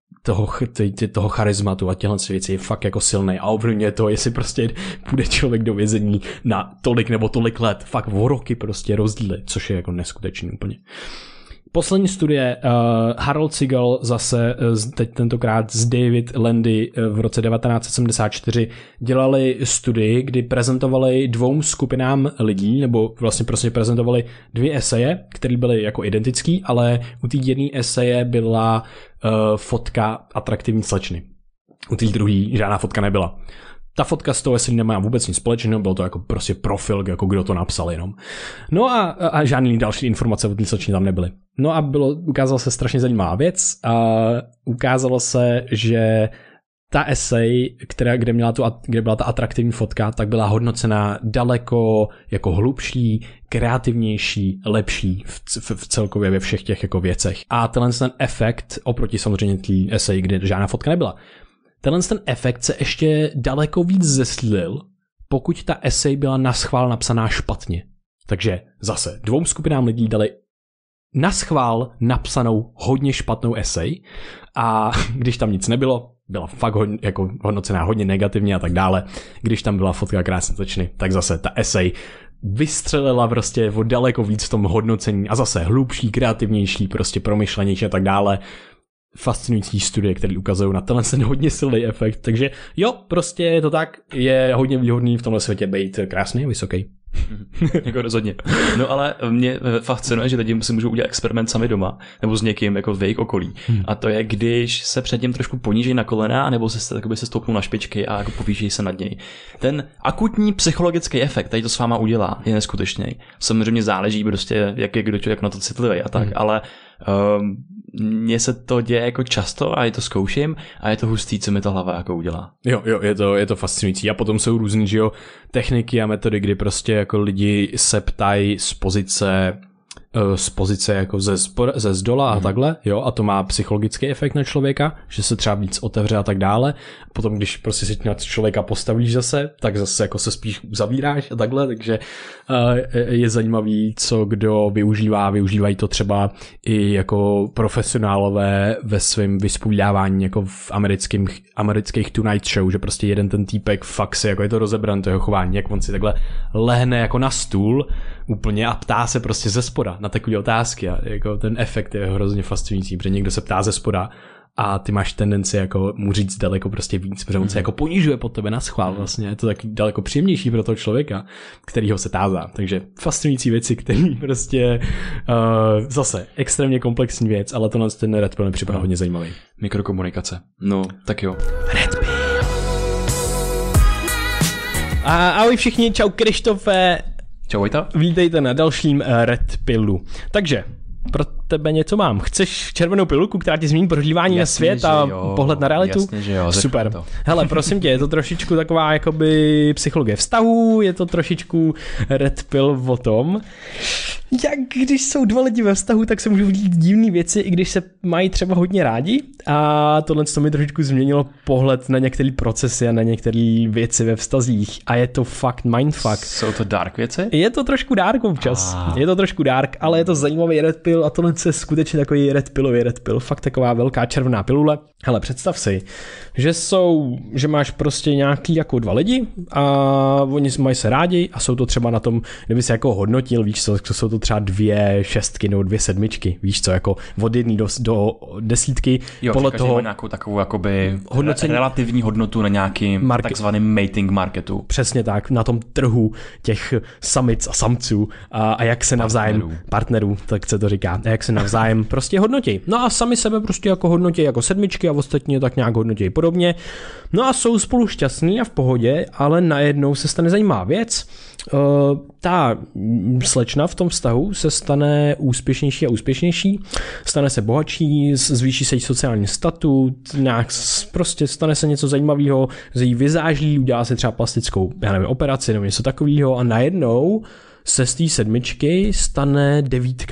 toho charizmatu a těchto věcí je fakt jako silný a ovlivňuje to, jestli prostě půjde člověk do vězení na tolik nebo tolik let, fakt o roky prostě rozdíly, což je jako neskutečný úplně. Poslední studie Harold Segal zase teď tentokrát s David Landy v roce 1974 dělali studii, kdy prezentovali dvou skupinám lidí, nebo vlastně prostě prezentovali dvě eseje, které byly jako identický, ale u té jedné eseje byla fotka atraktivní slečny. U té druhé žádná fotka nebyla. Ta fotka z toho esejí nemá vůbec nic společného, byl to jako prostě profil, jako kdo to napsal jenom. No a žádný další informace o té slečně tam nebyly. No a ukázala se strašně zajímavá věc a ukázalo se, že ta esej, kde byla ta atraktivní fotka, tak byla hodnocena daleko jako hlubší, kreativnější, lepší v celkově ve všech těch jako věcech. A ten efekt oproti samozřejmě té eseji, kde žádná fotka nebyla, ten efekt se ještě daleko víc zeslil, pokud ta esej byla naschvál napsaná špatně. Takže zase dvou skupinám lidí dali naschvál napsanou hodně špatnou esej a když tam nic nebylo, byla fakt jako hodnocená hodně negativně a tak dále. Když tam byla fotka krásné slečny, tak zase ta esej vystřelila prostě o daleko víc v tom hodnocení a zase hlubší, kreativnější, prostě promyšlenější a tak dále. Fascinující studie, které ukazují na tenhle hodně silný efekt. Takže jo, prostě je to tak, je hodně výhodný v tomhle světě být krásný a vysoký. Jako rozhodně. No ale mě fascinuje, že lidi si můžou udělat experiment sami doma, nebo s někým jako v jejich okolí. A to je, když se předtím trošku poníží na kolena, nebo se stoupnou na špičky a jako povýší se nad něj. Ten akutní psychologický efekt, tady to s váma udělá, je neskutečný. Samozřejmě záleží prostě, jak je kdo člověk na to citlivý a tak, ale mně se to děje jako často a je to zkouším a je to hustý, co mi to hlava jako udělá. Jo, je to fascinující. A potom jsou různý, že jo, techniky a metody, kdy prostě jako lidi se ptají z pozice jako ze zdola a takhle, jo, a to má psychologický efekt na člověka, že se třeba víc otevře a tak dále. Potom, když prostě si na člověka postavíš zase, tak zase jako se spíš zavíráš a takhle, takže je zajímavý, co kdo využívají to třeba i jako profesionálové ve svém vyspovídávání jako v amerických Tonight Show, že prostě jeden ten týpek fakt si, jako je to rozebran, to jeho chování, jak on si takhle lehne jako na stůl úplně a ptá se prostě ze spoda na takové otázky a jako ten efekt je hrozně fascinující, protože někdo se ptá ze spoda a ty máš tendenci jako mu říct daleko prostě víc, protože on se jako ponižuje pod tebe na schvál vlastně, je to taky daleko příjemnější pro toho člověka, kterýho se tázá, takže fascinující věci, který prostě zase extrémně komplexní věc, ale to nás ten Red Pill připadá hodně zajímavý. Mikrokomunikace, no tak jo. Red Pill. Ahoj všichni, čau Krištofe. Čau Vojta. Vítejte na dalším Red Pillu. Takže pro tebe něco mám. Chceš červenou pilulku, která ti změní prožívání na svět a pohled na realitu? Jasně, že jo. Super. Hele, prosím tě, je to trošičku taková jakoby psychologie vztahů, je to trošičku Red Pill o tom, jak když jsou dva lidi ve vztahu, tak se můžou dít divné věci, i když se mají třeba hodně rádi. A tohle to mi trošičku změnilo pohled na některé procesy a na některé věci ve vztazích. A je to fakt mindfuck. Jsou to dark věci? Je to trošku dark občas. Je to trošku dark, ale je to zajímavý Red Pill a tohle je skutečně takový Red Pill. Fakt taková velká červená pilule. Hele, představ si, že máš prostě nějaký jako dva lidi a oni mají se rádi a jsou to třeba na tom, kdyby se jako hodnotil, víš co, jsou to třeba 2 šestky nebo 2 sedmičky, víš co, jako od 1 do 10. Jo, podle toho nějakou takovou jakoby hodnocení, relativní hodnotu na nějakým takzvaným mating marketu. Přesně tak, na tom trhu těch samic a samců a jak se navzájem partnerů, tak se to říká, a jak se navzájem prostě hodnotí. No a sami sebe prostě jako hodnotí jako sedmičky a ostatně tak nějak hodnotí podobně. No a jsou spolu šťastní a v pohodě, ale najednou se stane zajímavá věc. Ta slečna v tom vztahu se stane úspěšnější a úspěšnější, stane se bohatší, zvýší se jí sociální statut, nějak prostě stane se něco zajímavého, z jí vyzáží, udělá se třeba plastickou, já nevím, operaci nebo něco takového a najednou se z té sedmičky stane 9.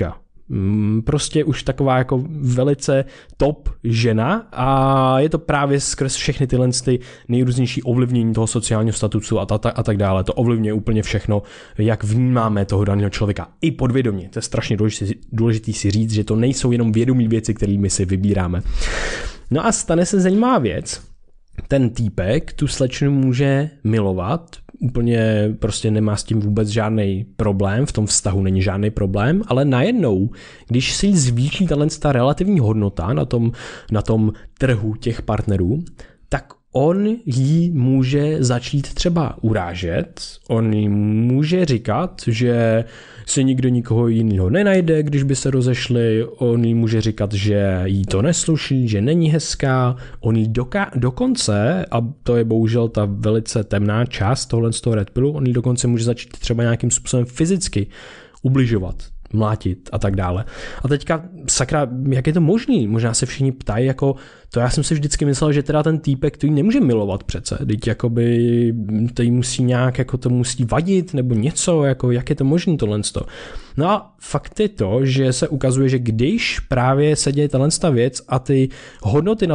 Prostě už taková jako velice top žena a je to právě skrz všechny tyhle nejrůznější ovlivnění toho sociálního statusu a tak dále. To ovlivňuje úplně všechno, jak vnímáme toho daného člověka i podvědomě. To je strašně důležitý si říct, že to nejsou jenom vědomí věci, kterými si vybíráme. No a stane se zajímavá věc. Ten týpek tu slečnu může milovat, úplně prostě nemá s tím vůbec žádný problém, v tom vztahu není žádný problém, ale najednou, když si zvýší ta relativní hodnota na tom trhu těch partnerů, tak on jí může začít třeba urážet, on jí může říkat, že se nikdo nikoho jiného nenajde, když by se rozešli, on jí může říkat, že jí to nesluší, že není hezká, on jí dokonce, a to je bohužel ta velice temná část tohle z toho Red Pillu, on jí dokonce může začít třeba nějakým způsobem fyzicky ubližovat, mlátit a tak dále. A teďka, sakra, jak je to možný? Možná se všichni ptají, jako, to já jsem si vždycky myslel, že teda ten týpek to jí nemůže milovat přece, teď jakoby to jí musí nějak, jako to musí vadit, nebo něco, jako jak je to možný tohle. No a fakt je to, že se ukazuje, že když právě se děje tato věc a ty hodnoty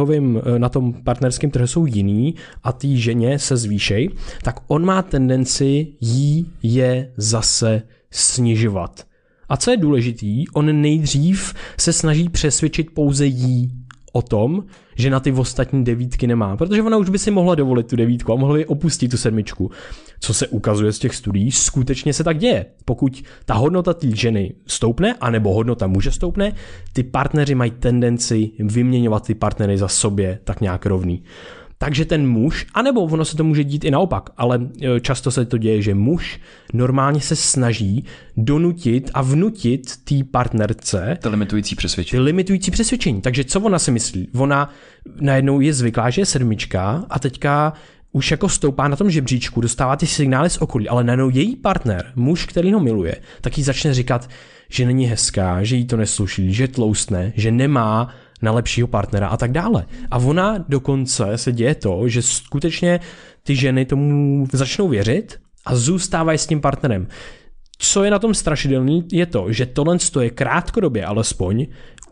na tom partnerském trhu jsou jiný a ty ženě se zvýšej, tak on má tendenci jí je zase snižovat. A co je důležitý, on nejdřív se snaží přesvědčit pouze jí o tom, že na ty ostatní 9 nemá, protože ona už by si mohla dovolit tu 9 a mohla by opustit tu 7. Co se ukazuje z těch studií, skutečně se tak děje. Pokud ta hodnota té ženy stoupne, anebo hodnota muže stoupne, ty partneři mají tendenci vyměňovat ty partnery za sobě tak nějak rovný. Takže ten muž, anebo ono se to může dít i naopak, ale často se to děje, že muž normálně se snaží donutit a vnutit té partnerce ty limitující přesvědčení. Takže co ona si myslí? Ona najednou je zvyklá, že je 7 a teďka už jako stoupá na tom žebříčku, dostává ty signály z okolí, ale najednou její partner, muž, který ho miluje, tak jí začne říkat, že není hezká, že jí to nesluší, že tloustne, že nemá na lepšího partnera a tak dále. A ona dokonce se děje to, že skutečně ty ženy tomu začnou věřit a zůstávají s tím partnerem. Co je na tom strašidelný, je to, že tohle je krátkodobě alespoň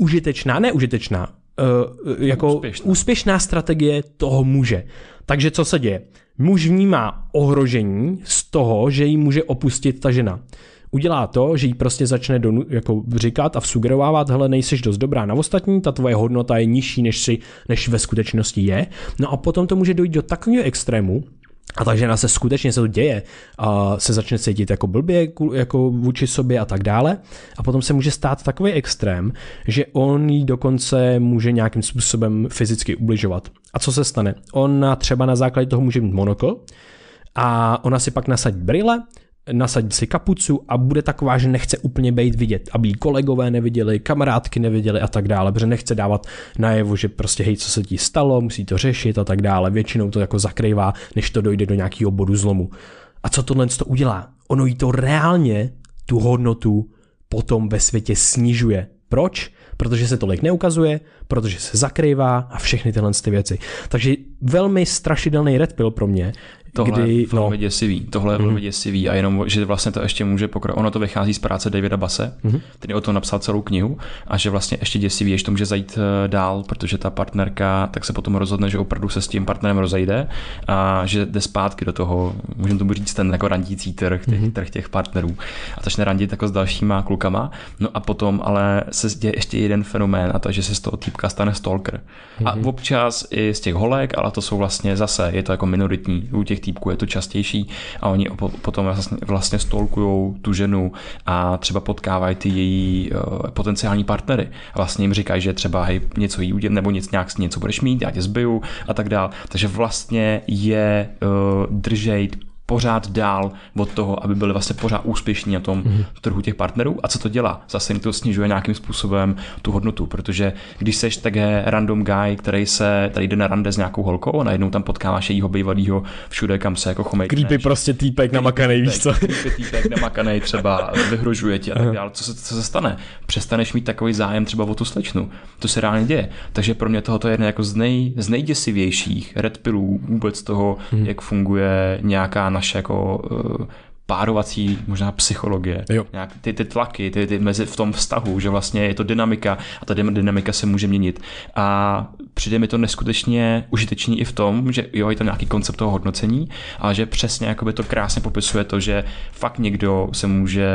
užitečná, jako úspěšná strategie toho muže. Takže co se děje? Muž vnímá ohrožení z toho, že jí může opustit ta žena. Udělá to, že jí prostě začne jako říkat a vsugerovávat, hele, nejseš dost dobrá na ostatní, ta tvoje hodnota je nižší, než ve skutečnosti je. No a potom to může dojít do takového extrému, a ta žena se skutečně se to děje a se začne cítit jako blbě jako vůči sobě a tak dále. A potom se může stát takový extrém, že on jí dokonce může nějakým způsobem fyzicky ubližovat. A co se stane? Ona třeba na základě toho může mít monokl a ona si pak nasadí brýle, nasadí si kapucu a bude taková, že nechce úplně být vidět, aby jí kolegové neviděli, kamarádky neviděli a tak dále, protože nechce dávat najevo, že prostě hej, co se ti stalo, musí to řešit a tak dále. Většinou to jako zakrývá, než to dojde do nějakého bodu zlomu. A co tohle to udělá? Ono jí to reálně tu hodnotu potom ve světě snižuje. Proč? Protože se tolik neukazuje, protože se zakrývá a všechny tyhle věci. Takže velmi strašidelný red pill pro mě. Tohle je velmi děsivý a jenom, že vlastně to ještě může ono to vychází z práce Davida Basse, který o tom napsal celou knihu a že vlastně ještě děsivý je, že to může zajít dál, protože ta partnerka tak se potom rozhodne, že opravdu se s tím partnerem rozejde a že jde zpátky do toho, můžeme tomu říct ten jako randící trh těch partnerů a začne randit jako s dalšíma klukama, no a potom ale se děje ještě jeden fenomén a to, že se z toho týpka stane stalker. A občas i z těch holek, ale to jsou vlastně zase, je to jako minoritní, u těch týpků je to častější a oni potom vlastně stalkujou tu ženu a třeba potkávají ty její potenciální partnery a vlastně jim říkají, že třeba hej, něco jí udělat nebo něco budeš mít, já tě zbiju a tak dál. Takže vlastně je držej pořád dál od toho, aby byli vlastně pořád úspěšní na tom trhu těch partnerů. A co to dělá? Zase to snižuje nějakým způsobem tu hodnotu, protože když seš také random guy, který jde na rande s nějakou holkou a najednou tam potkáváš jejího bývalýho všude, kam se jako chomejtneš. Creepy prostě týpek namakanej, víš co? Creepy týpek namakanej třeba, vyhrožuje ti a tak dále. Co se stane? Přestaneš mít takový zájem třeba o tu slečnu. To se reálně děje. Takže pro mě tohoto je jeden jako z nejděsivějších red pillů vůbec toho, jak funguje nějaká naše jako párovací možná psychologie, nějak ty tlaky, ty mezi v tom vztahu, že vlastně je to dynamika a ta dynamika se může měnit. A přijde mi to neskutečně užitečný i v tom, že jo, je to nějaký koncept toho hodnocení, ale že přesně jakoby to krásně popisuje to, že fakt někdo se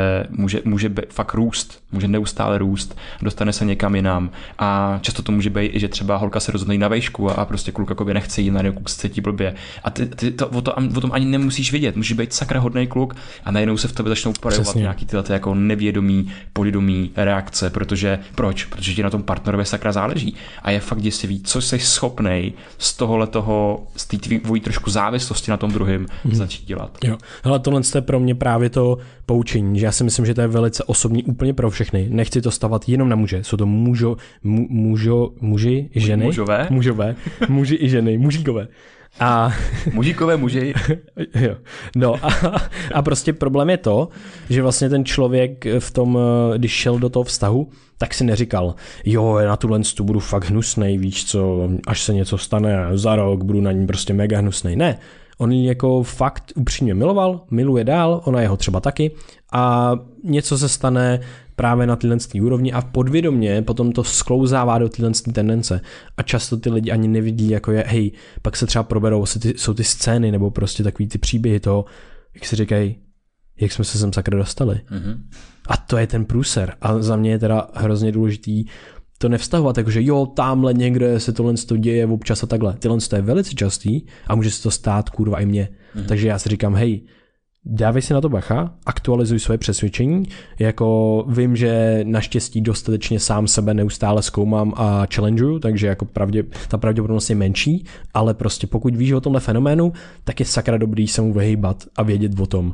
může fakt růst, může neustále růst, dostane se někam jinam a často to může být, že třeba holka se rozhodne na vejšku a prostě kluk jakoby nechce jít, najednou kluk se cítí blbě a ty o tom ani nemusíš vědět, může být sakra hodnej kluk a najednou se v tobě začnou projevovat nějaký tyhle jako nevědomí, podvědomí reakce, protože proč? Protože ti na tom partnerovi sakra záleží a je fakt děsivý, co jsi schopnej z té tvojí trošku závislosti na tom druhém začít dělat. Jo. Hele, tohle je pro mě právě to poučení, že já si myslím, že to je velice osobní úplně pro všechny. Nechci to stavat jenom na muže, jsou to muži, ženy, muži i ženy, mužíkové. A mužíkové muži. Jo. No a prostě problém je to, že vlastně ten člověk v tom, když šel do toho vztahu, tak si neříkal, jo, na tuhle budu fakt hnusnej, víš co, až se něco stane za rok, budu na ní prostě mega hnusnej. Ne, on ji jako fakt upřímně miloval, miluje dál, ona jeho třeba taky a něco se stane právě na tyhle úrovni a podvědomě potom to sklouzává do tyhle tendence a často ty lidi ani nevidí, jako je, hej, pak se třeba proberou, jsou ty scény nebo prostě takový ty příběhy toho, jak si říkají, jak jsme se sem sakra dostali. A to je ten průser a za mě je teda hrozně důležitý to nevztahovat, jakože jo, tamhle někde se tohle děje občas a takhle. Tyhle je velice častý a může se to stát kurva i mně. Takže já si říkám, hej, dávej si na to bacha, aktualizuj svoje přesvědčení, jako vím, že naštěstí dostatečně sám sebe neustále zkoumám a challengeuju, takže jako ta pravděpodobnost je menší, ale prostě pokud víš o tomhle fenoménu, tak je sakra dobrý se mu vyhýbat a vědět o tom.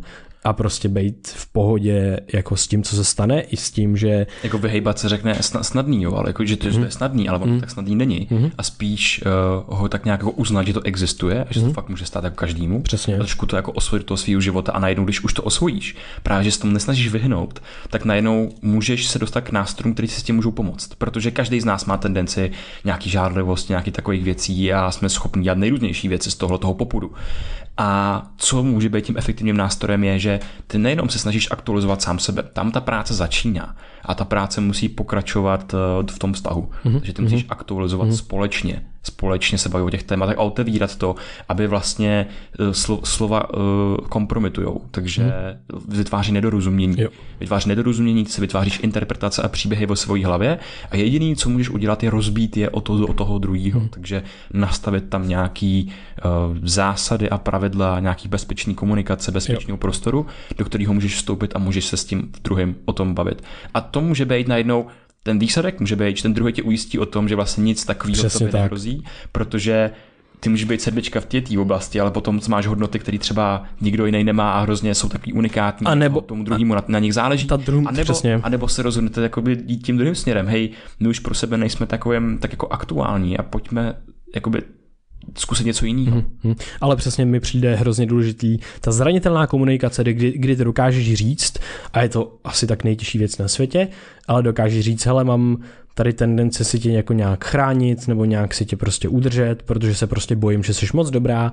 a prostě být v pohodě jako s tím, co se stane, i s tím, že... Jako vyhejbat se řekne snadný, jo, ale jako, že to je snadný, ale on tak snadný není. A spíš ho tak nějak jako uznat, že to existuje a že to fakt může stát jako každému. Přesně. A trošku to jako osvojit do toho svého života a najednou, když už to osvojíš, právě že se tomu nesnažíš vyhnout, tak najednou můžeš se dostat k nástrojům, který si s tím můžou pomoct. Protože každý z nás má tendenci nějaký žádlivost, nějaký takových věcí a jsme schopni dělat nejrůznější věci z toho popudu. A co může být tím efektivním nástrojem je, že ty nejenom se snažíš aktualizovat sám sebe, tam ta práce začíná a ta práce musí pokračovat v tom vztahu. Takže ty musíš aktualizovat společně se bavit o těch tématech a otevírat to, aby vlastně slova kompromitujou. Takže vytváří nedorozumění. Vytváří nedorozumění, ty si vytváříš interpretace a příběhy ve své hlavě a jediný, co můžeš udělat, je rozbít je o toho druhého. Takže nastavit tam nějaký zásady a pravidla, nějaký bezpečný komunikace, bezpečného prostoru, do kterého můžeš vstoupit a můžeš se s tím druhým o tom bavit. A to může být najednou ten výsledek, může být, že ten druhý tě ujistí o tom, že vlastně nic takového tobě nehrozí, protože ty můžeš být sedmička v té oblasti, ale potom máš hodnoty, které třeba nikdo jiný nemá a hrozně jsou takový unikátní a nebo tomu druhému na nich záleží. A nebo se rozhodnete jakoby jít tím druhým směrem. Hej, my už pro sebe nejsme takovým tak jako aktuální a pojďme jakoby zkusit něco jiného. Ale přesně mi přijde hrozně důležitý ta zranitelná komunikace, kdy ty dokážeš říct, a je to asi tak nejtěžší věc na světě, ale dokážeš říct, hele, mám tady tendence si tě jako nějak chránit nebo nějak si tě prostě udržet, protože se prostě bojím, že jsi moc dobrá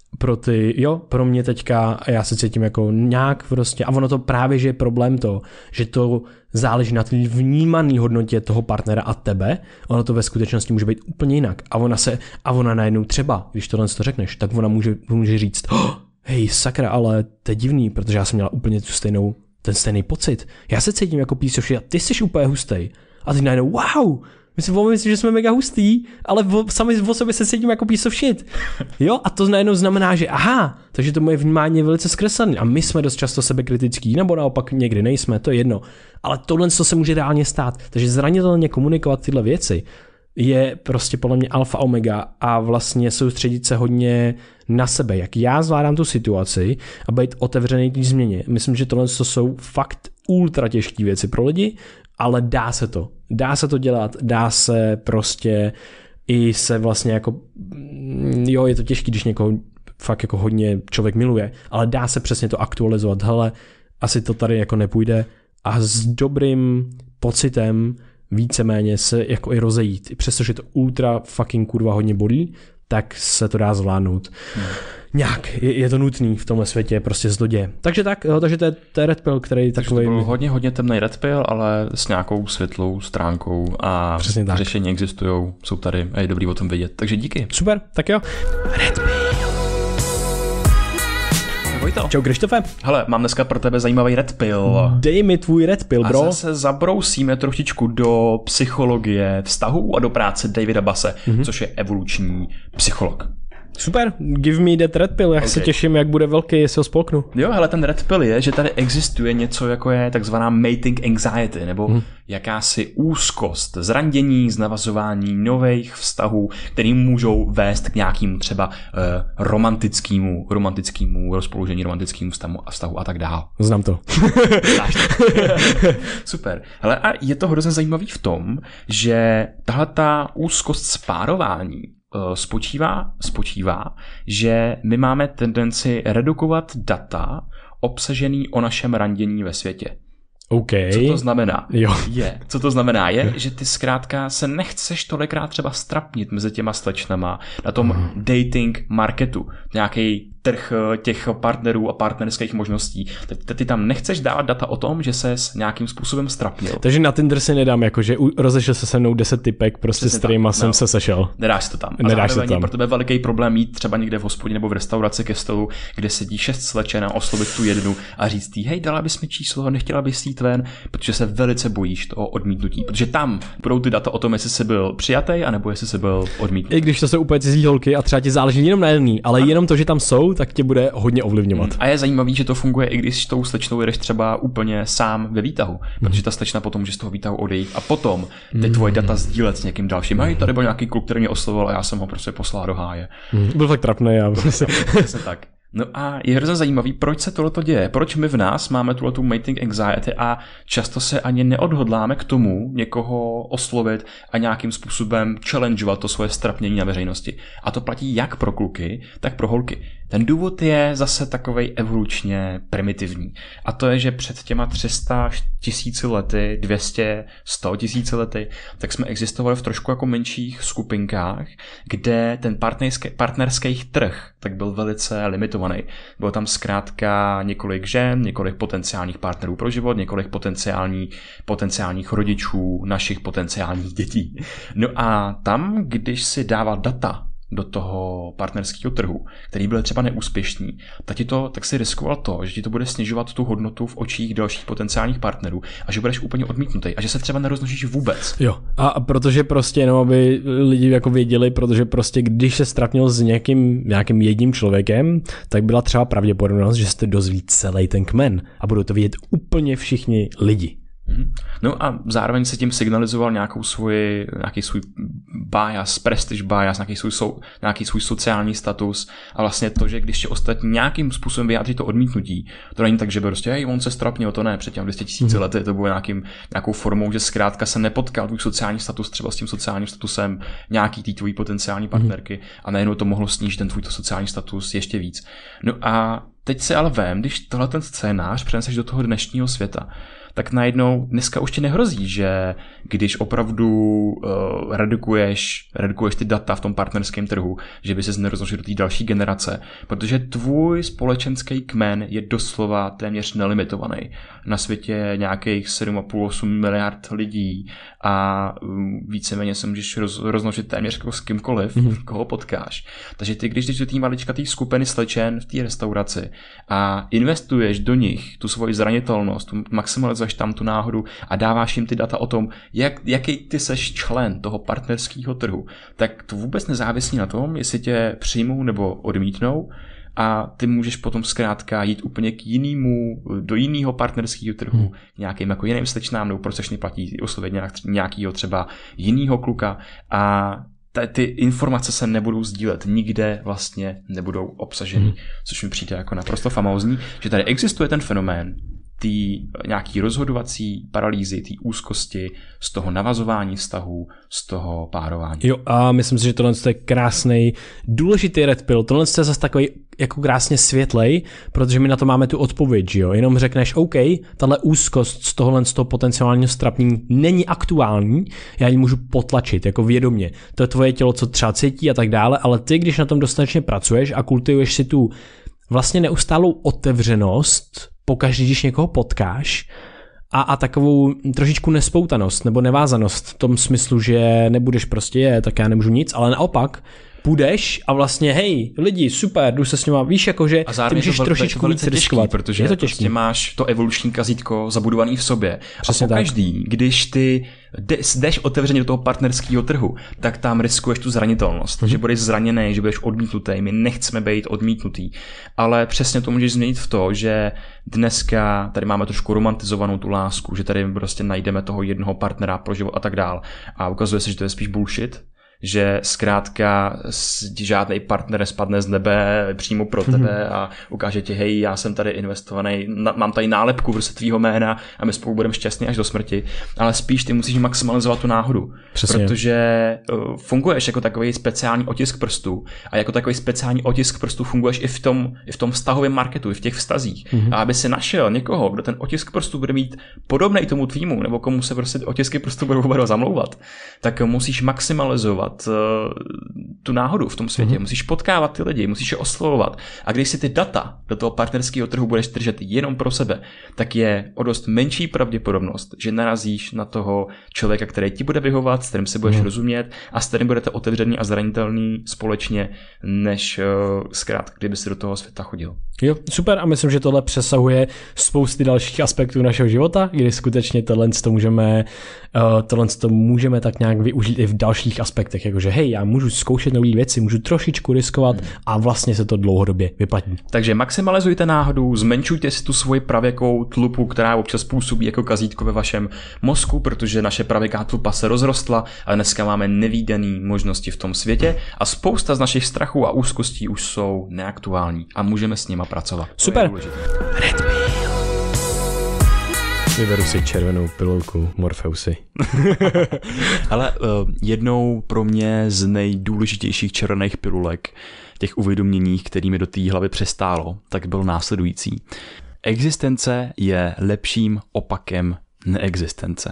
pro mě teďka a já se cítím jako nějak prostě a ono to právě, že je problém to, že to záleží na té vnímané hodnotě toho partnera a tebe, ono to ve skutečnosti může být úplně jinak a ona najednou třeba, když tohle to řekneš, tak ona může říct, hej sakra, ale to je divný, protože já jsem měla úplně ten stejný pocit, já se cítím jako piece of shit a ty jsi úplně hustej a ty najednou wow, myslím, že jsme mega hustý, ale sami o sobě se cítím jako piece of shit. Jo, a to najednou znamená, že aha, takže to moje vnímání je velice zkreslené a my jsme dost často sebekritický, nebo naopak někdy nejsme, to je jedno. Ale tohle se může reálně stát. Takže zranitelně komunikovat tyhle věci je prostě podle mě alfa omega a vlastně soustředit se hodně na sebe, jak já zvládám tu situaci a být otevřený té změně. Myslím, že tohle jsou fakt ultra těžké věci pro lidi, ale dá se to. Dá se to dělat, dá se prostě i se vlastně jako, jo, je to těžké, když někoho fakt jako hodně člověk miluje, ale dá se přesně to aktualizovat. Hele, asi to tady jako nepůjde a s dobrým pocitem víceméně se jako i rozejít. Přestože to ultra fucking kurva hodně bolí, tak se to dá zvládnout. Nějak, je to nutný v tomhle světě prostě zloděje. Takže to je red pill, který takový... To byl hodně temný red pill, ale s nějakou světlou stránkou a řešení existují, jsou tady a je dobrý o tom vědět. Takže díky. Super, tak jo. Red pill. Vojto. Čau, Krištofe. Hele, mám dneska pro tebe zajímavý red pill. Dej mi tvůj red pill, bro. A zase zabrousíme trošičku do psychologie vztahů a do práce Davida Basse, což je evoluční psycholog. Super, give me that red pill, se těším, jak bude velký, jestli ho spolknu. Jo, hele, ten red pill je, že tady existuje něco, jako je takzvaná mating anxiety, nebo jakási úzkost, zrandění, znavazování nových vztahů, který můžou vést k nějakým třeba romantickému rozpoložení, romantickému vztahu a tak dál. Znám to. Super. Hele, a je to hrozně zajímavý v tom, že tahle ta úzkost spárování spočívá, že my máme tendenci redukovat data obsažený o našem randění ve světě. Okay. Co to znamená? Jo. Co to znamená je, že ty zkrátka se nechceš tolikrát třeba strapnit mezi těma slečnama na tom dating marketu, nějaký trh těch partnerů a partnerských možností. Ty tam nechceš dávat data o tom, že ses nějakým způsobem strapnil. Takže na Tinder si nedám, jakože rozešel se se mnou 10 typek, prostě s kterýma jsem se sešel. Nedáš si to tam. A zároveň je pro tebe veliký problém jít třeba někde v hospodě nebo v restauraci ke stolu, kde sedí 6 slečen a oslovit tu jednu a říct jí, hej, dala bys mi číslo, nechtěla bys jít ven, protože se velice bojíš toho odmítnutí. Protože tam budou ty data o tom, jestli jsi byl přijatý, anebo jestli jsi byl odmítnut. I když to jsou úplně cizí holky a třeba ti záleží jenom na jedný, ale jenom to, že tam jsou, tak tě bude hodně ovlivňovat. A je zajímavý, že to funguje, i když s tou slečnou jdeš třeba úplně sám ve výtahu, protože ta slečna potom může z toho výtahu odejít a potom ty tvoje data sdílet s někým dalším. Hej, tady byl nějaký kluk, který mě oslovoval a já jsem ho prostě poslal do háje. Byl fakt trapný, já. Přesně tak. No a je hrozně zajímavý, proč se tohleto děje, proč my v nás máme tuhletu mating anxiety a často se ani neodhodláme k tomu někoho oslovit a nějakým způsobem challengeovat to svoje strapnění na veřejnosti. A to platí jak pro kluky, tak pro holky. Ten důvod je zase takovej evolučně primitivní. A to je, že před těma 300 000 lety, 200, 100 000 lety, tak jsme existovali v trošku jako menších skupinkách, kde ten partnerský trh tak byl velice limitovaný. Bylo tam zkrátka několik žen, několik potenciálních partnerů pro život, několik potenciálních rodičů, našich potenciálních dětí. No a tam, když si dával data do toho partnerského trhu, který byl třeba neúspěšný, tak si riskoval to, že ti to bude snižovat tu hodnotu v očích dalších potenciálních partnerů a že budeš úplně odmítnutý a že se třeba nerozmnožíš vůbec. Jo, a protože prostě jenom aby lidi jako věděli, protože prostě když se strapnil s nějakým jedním člověkem, tak byla třeba pravděpodobnost, že se dozví celý ten kmen a budou to vidět úplně všichni lidi. No a zároveň se tím signalizoval nějaký svůj bias, prestige bias, nějaký svůj sociální status a vlastně to, že když tě ostatní nějakým způsobem vyjádří to odmítnutí, to není tak, že prostě on se strapnil, to ne, před těm 200 000 lety to bylo nějakou formou, že zkrátka se nepotkal tvůj sociální status třeba s tím sociálním statusem nějaký tý tvojí potenciální partnerky a najednou to mohlo snížit ten tvůj sociální status ještě víc. No a teď se ale když tohle ten scénář přeneseš do toho dnešního světa, tak najednou dneska už ti nehrozí, že když opravdu redukuješ ty data v tom partnerském trhu, že by se nerozmnožil do té další generace, protože tvůj společenský kmen je doslova téměř nelimitovaný. Na světě nějakých 7,5-8 miliard lidí a víceméně se můžeš rozmnožit téměř jako s kýmkoliv, koho potkáš. Takže ty, když jdeš do té maličkaté skupiny slečen v té restauraci a investuješ do nich tu svoji zranitelnost, maximalizuješ tam tu náhodu a dáváš jim ty data o tom, jaký ty seš člen toho partnerského trhu, tak to vůbec nezávisí na tom, jestli tě přijmou nebo odmítnou a ty můžeš potom zkrátka jít úplně do jiného partnerského trhu, nějakým jako jiným slečnám, nebo proč seš neplatí oslovit nějakého třeba jiného kluka a ty informace se nebudou sdílet, nikde vlastně nebudou obsaženy, což mi přijde jako naprosto famózní, že tady existuje ten fenomén nějaký rozhodovací paralýzy, té úzkosti, z toho navazování vztahů, z toho párování. Jo, a myslím si, že tohle je krásný, důležitý red pill. Tohle je zase takový jako krásně světlej, protože my na to máme tu odpověď, že jo. Jenom řekneš, OK, tahle úzkost z toho potenciálního strapnění není aktuální, já ji můžu potlačit jako vědomě. To je tvoje tělo, co třeba cítí a tak dále, ale ty, když na tom dostatečně pracuješ a kultivuješ si tu vlastně neustálou otevřenost, pokaždé, když někoho potkáš a takovou trošičku nespoutanost nebo nevázanost v tom smyslu, že nebudeš prostě tak já nemůžu nic, ale naopak půjdeš a vlastně hej, lidi, super, jdu se s nima, víš, jakože ty můžeš trošičku víc riskovat. Protože je to prostě máš to evoluční kazítko zabudovaný v sobě. Přesně a pokaždý, když ty jdeš otevřeně do toho partnerského trhu, tak tam riskuješ tu zranitelnost, že budeš zraněný, že budeš odmítnutý, my nechceme být odmítnutý, ale přesně to můžeš změnit v to, že dneska tady máme trošku romantizovanou tu lásku, že tady prostě najdeme toho jednoho partnera pro život a tak dál a ukazuje se, že to je spíš bullshit, že zkrátka žádný partner spadne z nebe přímo pro tebe a ukáže ti, hej, já jsem tady investovaný, mám tady nálepku v tvýho jména a my spolu budeme šťastní až do smrti, ale spíš ty musíš maximalizovat tu náhodu, přesně. Protože funguješ jako takový speciální otisk prstů a jako takový speciální otisk prstů funguješ i v tom vztahovém marketu, i v těch vztazích. A aby si našel někoho, kdo ten otisk prstů bude mít podobný tomu tvýmu, nebo komu se prostě otisky prstů budou oba zamlouvat, tak musíš maximalizovat tu náhodu v tom světě, musíš potkávat ty lidi, musíš je oslovovat a když si ty data do toho partnerského trhu budeš držet jenom pro sebe, tak je o dost menší pravděpodobnost, že narazíš na toho člověka, který ti bude vyhovovat, s kterým se budeš rozumět a s kterým budete otevřený a zranitelný společně, než zkrátka, kdyby si do toho světa chodil. Jo, super a myslím, že tohle přesahuje spousty dalších aspektů našeho života, kdy skutečně tohle můžeme tak nějak využít i v dalších aspektech věcech, jakože hej, já můžu zkoušet nové věci, můžu trošičku riskovat a vlastně se to dlouhodobě vyplatí. Takže maximalizujte náhodu, zmenšujte si tu svoji pravěkou tlupu, která občas působí jako kazítko ve vašem mozku, protože naše pravěká tlupa se rozrostla a dneska máme nevídané možnosti v tom světě a spousta z našich strachů a úzkostí už jsou neaktuální a můžeme s nima pracovat. Super. Vyberu si červenou pilulku Morpheusy. Ale jednou pro mě z nejdůležitějších červených pilulek, těch uvědomění, kterými do té hlavy přestálo, tak byl následující. Existence je lepším opakem neexistence.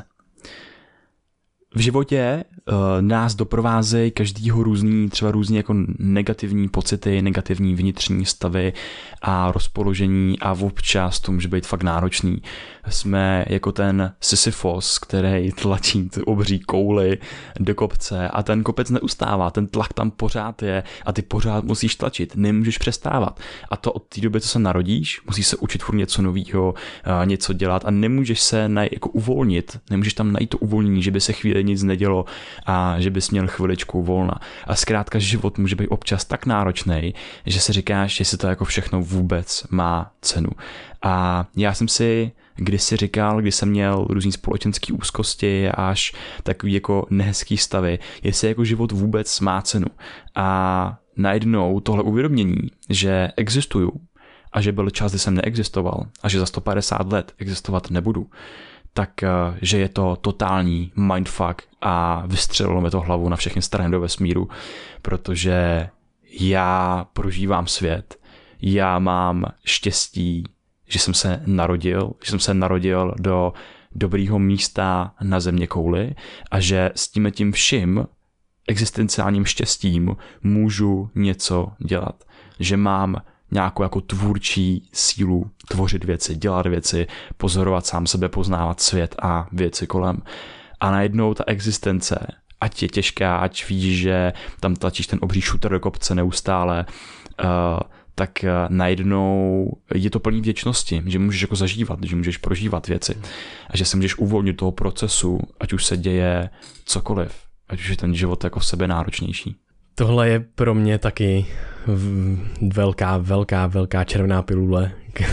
V životě nás doprovázejí každýho různý jako negativní pocity, negativní vnitřní stavy a rozpoložení a občas to může být fakt náročný. Jsme jako ten Sisyfos, který tlačí tu obří kouli do kopce a ten kopec neustává, ten tlak tam pořád je a ty pořád musíš tlačit, nemůžeš přestávat. A to od té doby, co se narodíš, musíš se učit furt něco nového, něco dělat a nemůžeš se jako uvolnit, nemůžeš tam najít to uvolnění, že by se chvíli nic nedělo a že bys měl chviličku volna. A zkrátka život může být občas tak náročný, že si říkáš, jestli to jako všechno vůbec má cenu. A já jsem si kdysi říkal, když jsem měl různý společenský úzkosti až takový jako nehezký stavy, jestli jako život vůbec má cenu. A najednou tohle uvědomění, že existuju a že byl čas, kdy jsem neexistoval a že za 150 let existovat nebudu, tak že je to totální mindfuck a vystřelilo mi to hlavu na všechny strany do vesmíru, protože já prožívám svět, já mám štěstí, že jsem se narodil do dobrýho místa na zeměkouli a že s tím vším existenciálním štěstím můžu něco dělat. Že mám nějakou jako tvůrčí sílu tvořit věci, dělat věci, pozorovat sám sebe, poznávat svět a věci kolem. A najednou ta existence, ať je těžká, ať víš, že tam tlačíš ten obří šuter do kopce neustále, tak najednou je to plný vděčnosti, že můžeš jako zažívat, že můžeš prožívat věci a že se můžeš uvolnit toho procesu, ať už se děje cokoliv, ať už je ten život jako sebe náročnější. Tohle je pro mě taky velká červená pilule.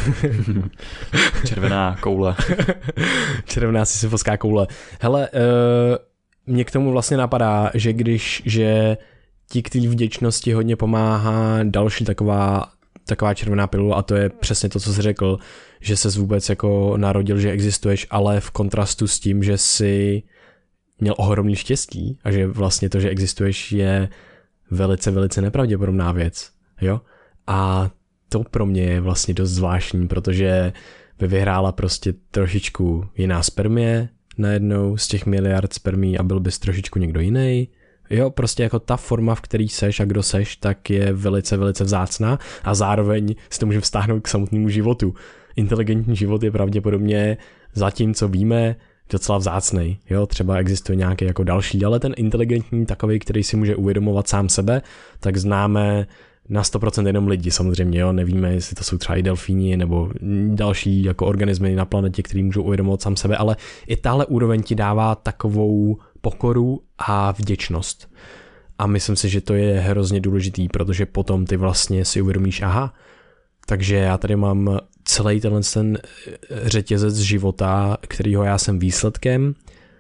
Červená koule. Červená sisyfovská koule. Hele, mě k tomu vlastně napadá, že ti k té vděčnosti hodně pomáhá další taková červená pilula a to je přesně to, co jsi řekl, že ses vůbec jako narodil, že existuješ, ale v kontrastu s tím, že jsi měl ohromný štěstí a že vlastně to, že existuješ, je velice nepravděpodobná věc, jo? A to pro mě je vlastně dost zvláštní, protože by vyhrála prostě trošičku jiná spermie najednou z těch miliard spermí a byl bys trošičku někdo jiný. Jo, prostě jako ta forma, v který seš a kdo seš, tak je velice vzácná a zároveň si to můžeme vztáhnout k samotnému životu. Inteligentní život je pravděpodobně zatím, co víme, docela vzácnej. Jo, třeba existuje nějaký jako další, ale ten inteligentní takový, který si může uvědomovat sám sebe, tak známe na 100% jenom lidi samozřejmě, jo, nevíme, jestli to jsou třeba i delfíni nebo další jako organismy na planetě, který můžou uvědomovat sám sebe, ale i tahle úroveň ti dává takovou pokoru a vděčnost. A myslím si, že to je hrozně důležitý, protože potom ty vlastně si uvědomíš, aha, takže já tady mám celý ten řetězec života, kterýho já jsem výsledkem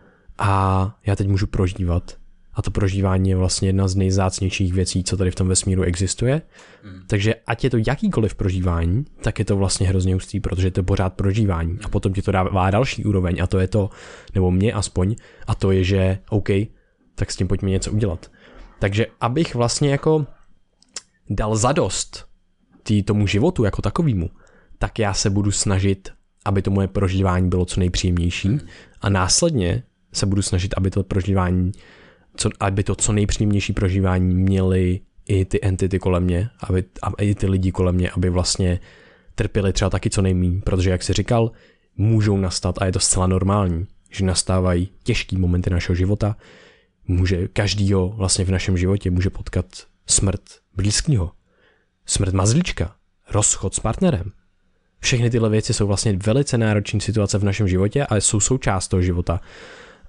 a já teď můžu prožívat. A to prožívání je vlastně jedna z nejvzácnějších věcí, co tady v tom vesmíru existuje. Takže ať je to jakýkoliv prožívání, tak je to vlastně hrozně hustý, protože to je pořád prožívání. A potom ti to dává další úroveň a to je to, nebo mě aspoň, a to je, že OK, tak s tím pojďme něco udělat. Takže abych vlastně jako dal zadost tomu životu jako takovému, tak já se budu snažit, aby to moje prožívání bylo co nejpříjemnější a následně se budu snažit, aby to prožívání aby to co nejpříjemnější prožívání měly i ty entity kolem mě, i ty lidi kolem mě, aby vlastně trpěli třeba taky co nejméně, protože jak jsi říkal, můžou nastat a je to zcela normální, že nastávají těžký momenty našeho života, každýho vlastně v našem životě může potkat smrt blízkého, smrt mazlíčka, rozchod s partnerem. Všechny tyhle věci jsou vlastně velice náročné situace v našem životě a jsou součást toho života.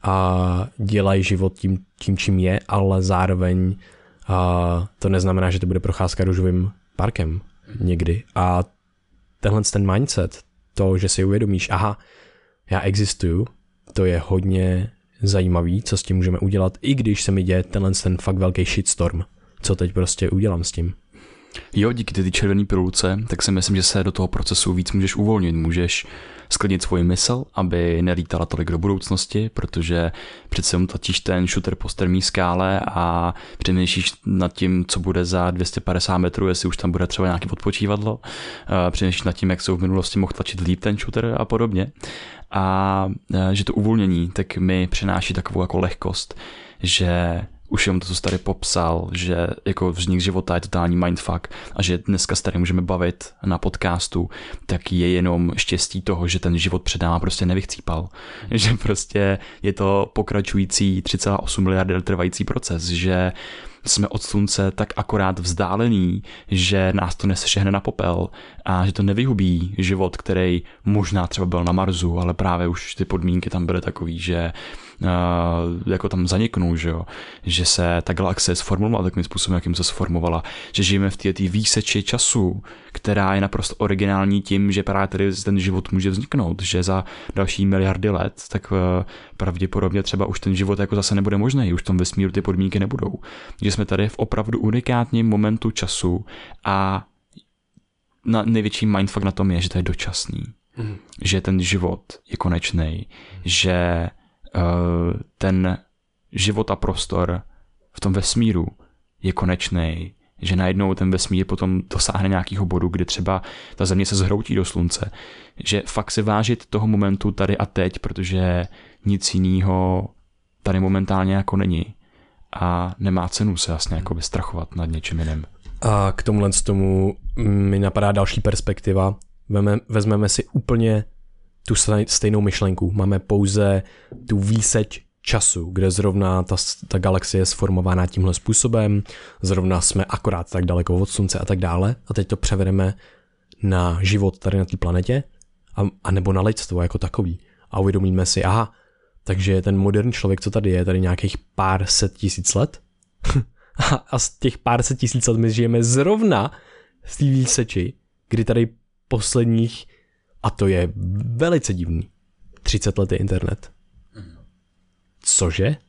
a dělají život tím, čím je, ale zároveň to neznamená, že to bude procházka růžovým parkem někdy. A tenhle ten mindset, to, že si uvědomíš, aha, já existuju, to je hodně zajímavý, co s tím můžeme udělat, i když se mi děje ten fakt velký shitstorm. Co teď prostě udělám s tím? Jo, díky ty červený pilulce, tak si myslím, že se do toho procesu víc můžeš uvolnit, můžeš sklidnit svoji mysl, aby nelítala tolik do budoucnosti, protože přece totiž ten shooter po strmý skále a přemýšlíš nad tím, co bude za 250 metrů, jestli už tam bude třeba nějaké odpočívadlo, přemýšlíš nad tím, jak se v minulosti mohl tlačit líp ten shooter a podobně. A že to uvolnění tak mi přináší takovou jako lehkost, že už jenom to, co jsi tady popsal, že jako vznik života je totální mindfuck a že dneska se tady můžeme bavit na podcastu, tak je jenom štěstí toho, že ten život před náma prostě nevychcípal. Že prostě je to pokračující 3,8 miliardy let trvající proces, že jsme od slunce tak akorát vzdálený, že nás to nesešehne na popel a že to nevyhubí život, který možná třeba byl na Marsu, ale právě už ty podmínky tam byly takový, že jako tam zaniknou, že se ta galaxie sformovala takovým způsobem, jakým se sformovala, že žijeme v té výseči času, která je naprosto originální tím, že právě tady ten život může vzniknout, že za další miliardy let, tak pravděpodobně třeba už ten život jako zase nebude možný, už v tom vesmíru ty podmínky nebudou. Že jsme tady v opravdu unikátním momentu času a největší mindfuck na tom je, že to je dočasný. Že ten život je konečný, že ten život a prostor v tom vesmíru je konečný, že najednou ten vesmír potom dosáhne nějakého bodu, kdy třeba ta země se zhroutí do slunce, že fakt se vážit toho momentu tady a teď, protože nic jiného tady momentálně jako není a nemá cenu se jasně jako vystrachovat nad něčím jiným. A k tomu mi napadá další perspektiva. Vezmeme si úplně tu stejnou myšlenku. Máme pouze tu výseč času, kde zrovna ta galaxie je sformovaná tímhle způsobem, zrovna jsme akorát tak daleko od slunce a tak dále. A teď to převedeme na život tady na té planetě a nebo na lidstvo jako takový. A uvědomíme si, aha, takže ten moderní člověk, co tady je tady nějakých pár set tisíc let a z těch pár set tisíc let my žijeme zrovna z té výseči, kdy tady posledních, a to je velice divný, 30 let je internet. Cože?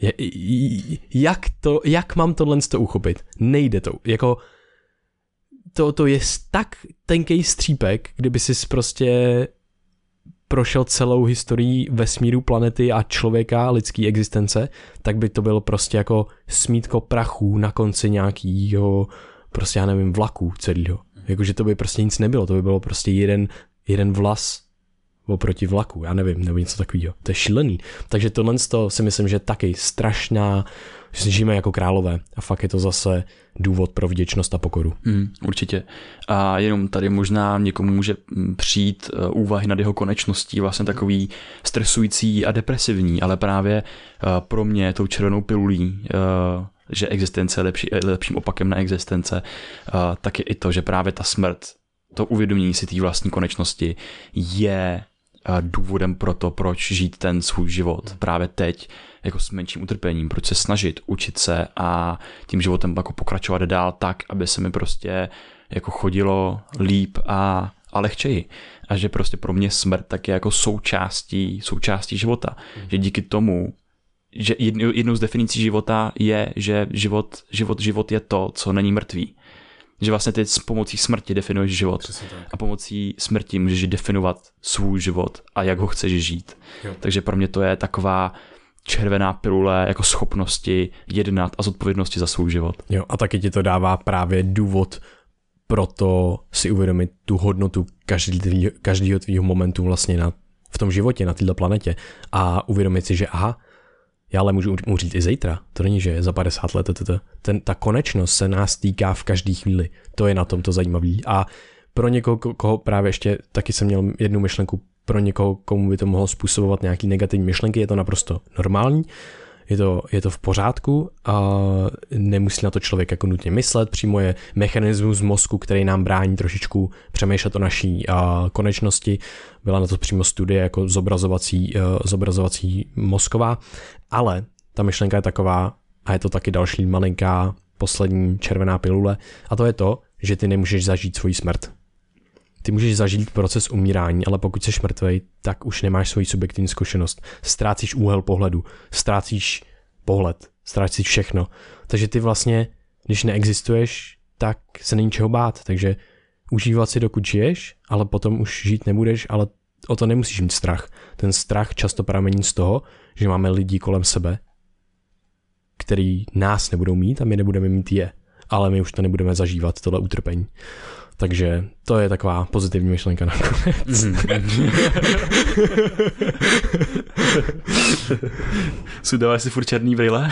Jak mám tohle uchopit? Nejde to. Jako, to je tak tenkej střípek, kdyby jsi prostě prošel celou historii vesmíru, planety a člověka, lidský existence, tak by to bylo prostě jako smítko prachů na konci nějakýho, prostě já nevím, vlaku celýho. Jakože to by prostě nic nebylo, to by bylo prostě jeden vlas oproti vlaku, já nevím, nebo něco takového. To je šílený. Takže tohle si myslím, že je taky strašná, že žijeme jako králové a fakt je to zase důvod pro vděčnost a pokoru. Určitě. A jenom tady možná někomu může přijít úvahy nad jeho konečností vlastně takový stresující a depresivní, ale právě pro mě tou červenou pilulí, že existence je lepším opakem na existence, tak je i to, že právě ta smrt, to uvědomění si té vlastní konečnosti je důvodem pro to, proč žít ten svůj život právě teď jako s menším utrpením, proč se snažit učit se a tím životem jako pokračovat dál tak, aby se mi prostě jako chodilo líp a lehčeji. A že prostě pro mě smrt tak je jako součástí života. Že díky tomu, že jednou z definicí života je, že život je to, co není mrtvý. Že vlastně ty s pomocí smrti definuješ život a pomocí smrti můžeš definovat svůj život a jak ho chceš žít. Jo. Takže pro mě to je taková červená pilule jako schopnosti jednat a zodpovědnosti za svůj život. Jo, a taky ti to dává právě důvod pro to si uvědomit tu hodnotu každého tvýho momentu vlastně v tom životě, na této planetě a uvědomit si, že aha, já ale můžu umřít i zítra. To není, že za 50 let. Ta konečnost se nás týká v každé chvíli. To je na tom to zajímavé. A pro někoho, koho právě ještě taky jsem měl jednu myšlenku, pro někoho, komu by to mohlo způsobovat nějaký negativní myšlenky, je to naprosto normální. je to v pořádku a nemusí na to člověk jako nutně myslet, přímo je mechanismus mozku, který nám brání trošičku přemýšlet o naší konečnosti. Byla na to přímo studie jako zobrazovací mozková, ale ta myšlenka je taková, a je to taky další malinká poslední červená pilule, a to je to, že ty nemůžeš zažít svoji smrt. Ty můžeš zažít proces umírání, ale pokud jsi mrtvej, tak už nemáš svoji subjektivní zkušenost. Ztrácíš úhel pohledu, ztrácíš pohled, ztrácíš všechno. Takže ty vlastně, když neexistuješ, tak se není čeho bát. Takže užívat si, dokud žiješ, ale potom už žít nebudeš, ale o to nemusíš mít strach. Ten strach často pramení z toho, že máme lidi kolem sebe, který nás nebudou mít a my nebudeme mít je. Ale my už to nebudeme zažívat, tohle utrpení. Takže to je taková pozitivní myšlenka nakonec. Dáváš si furt černý brýle?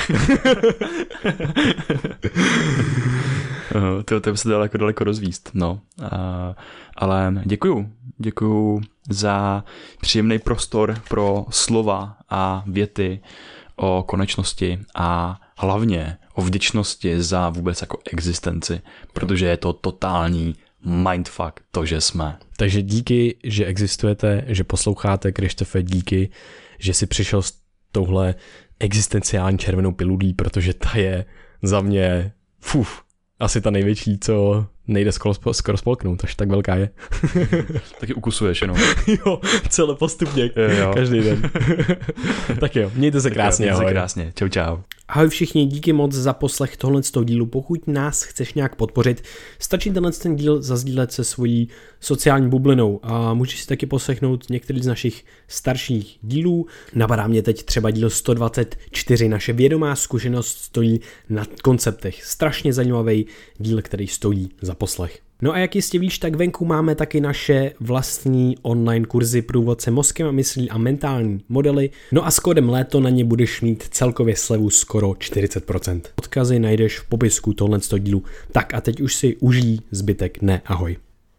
To by se dalo jako daleko rozvíst. No. Ale děkuju za příjemný prostor pro slova a věty o konečnosti a hlavně o vděčnosti za vůbec jako existenci, protože je to totální mindfuck to, že jsme. Takže díky, že existujete, že posloucháte Krištofe, díky, že jsi přišel s touhle existenciální červenou pilulí, protože ta je za mě asi ta největší, co nejde skoro spolknout, až tak velká je. Taky ukusuješ jenom. Jo, celé postupně, každý den. Tak jo, mějte se krásně, ahoj. Mějte se krásně, čau. Ahoj všichni, díky moc za poslech tohle z toho dílu. Pokud nás chceš nějak podpořit, stačí ten díl zazdílet se svojí sociální bublinou a můžeš si taky poslechnout některý z našich starších dílů. Napadá mě teď třeba díl 124, naše vědomá zkušenost stojí na konceptech. Strašně zajímavý díl, který stojí za poslech. No a jak jistě víš, tak venku máme taky naše vlastní online kurzy Průvodce mozkem a myslí a mentální modely. No a s kódem léto na ně budeš mít celkově slevu skoro 40%. Odkazy najdeš v popisku tohle dílu. Tak a teď už si užij zbytek dne. Ahoj.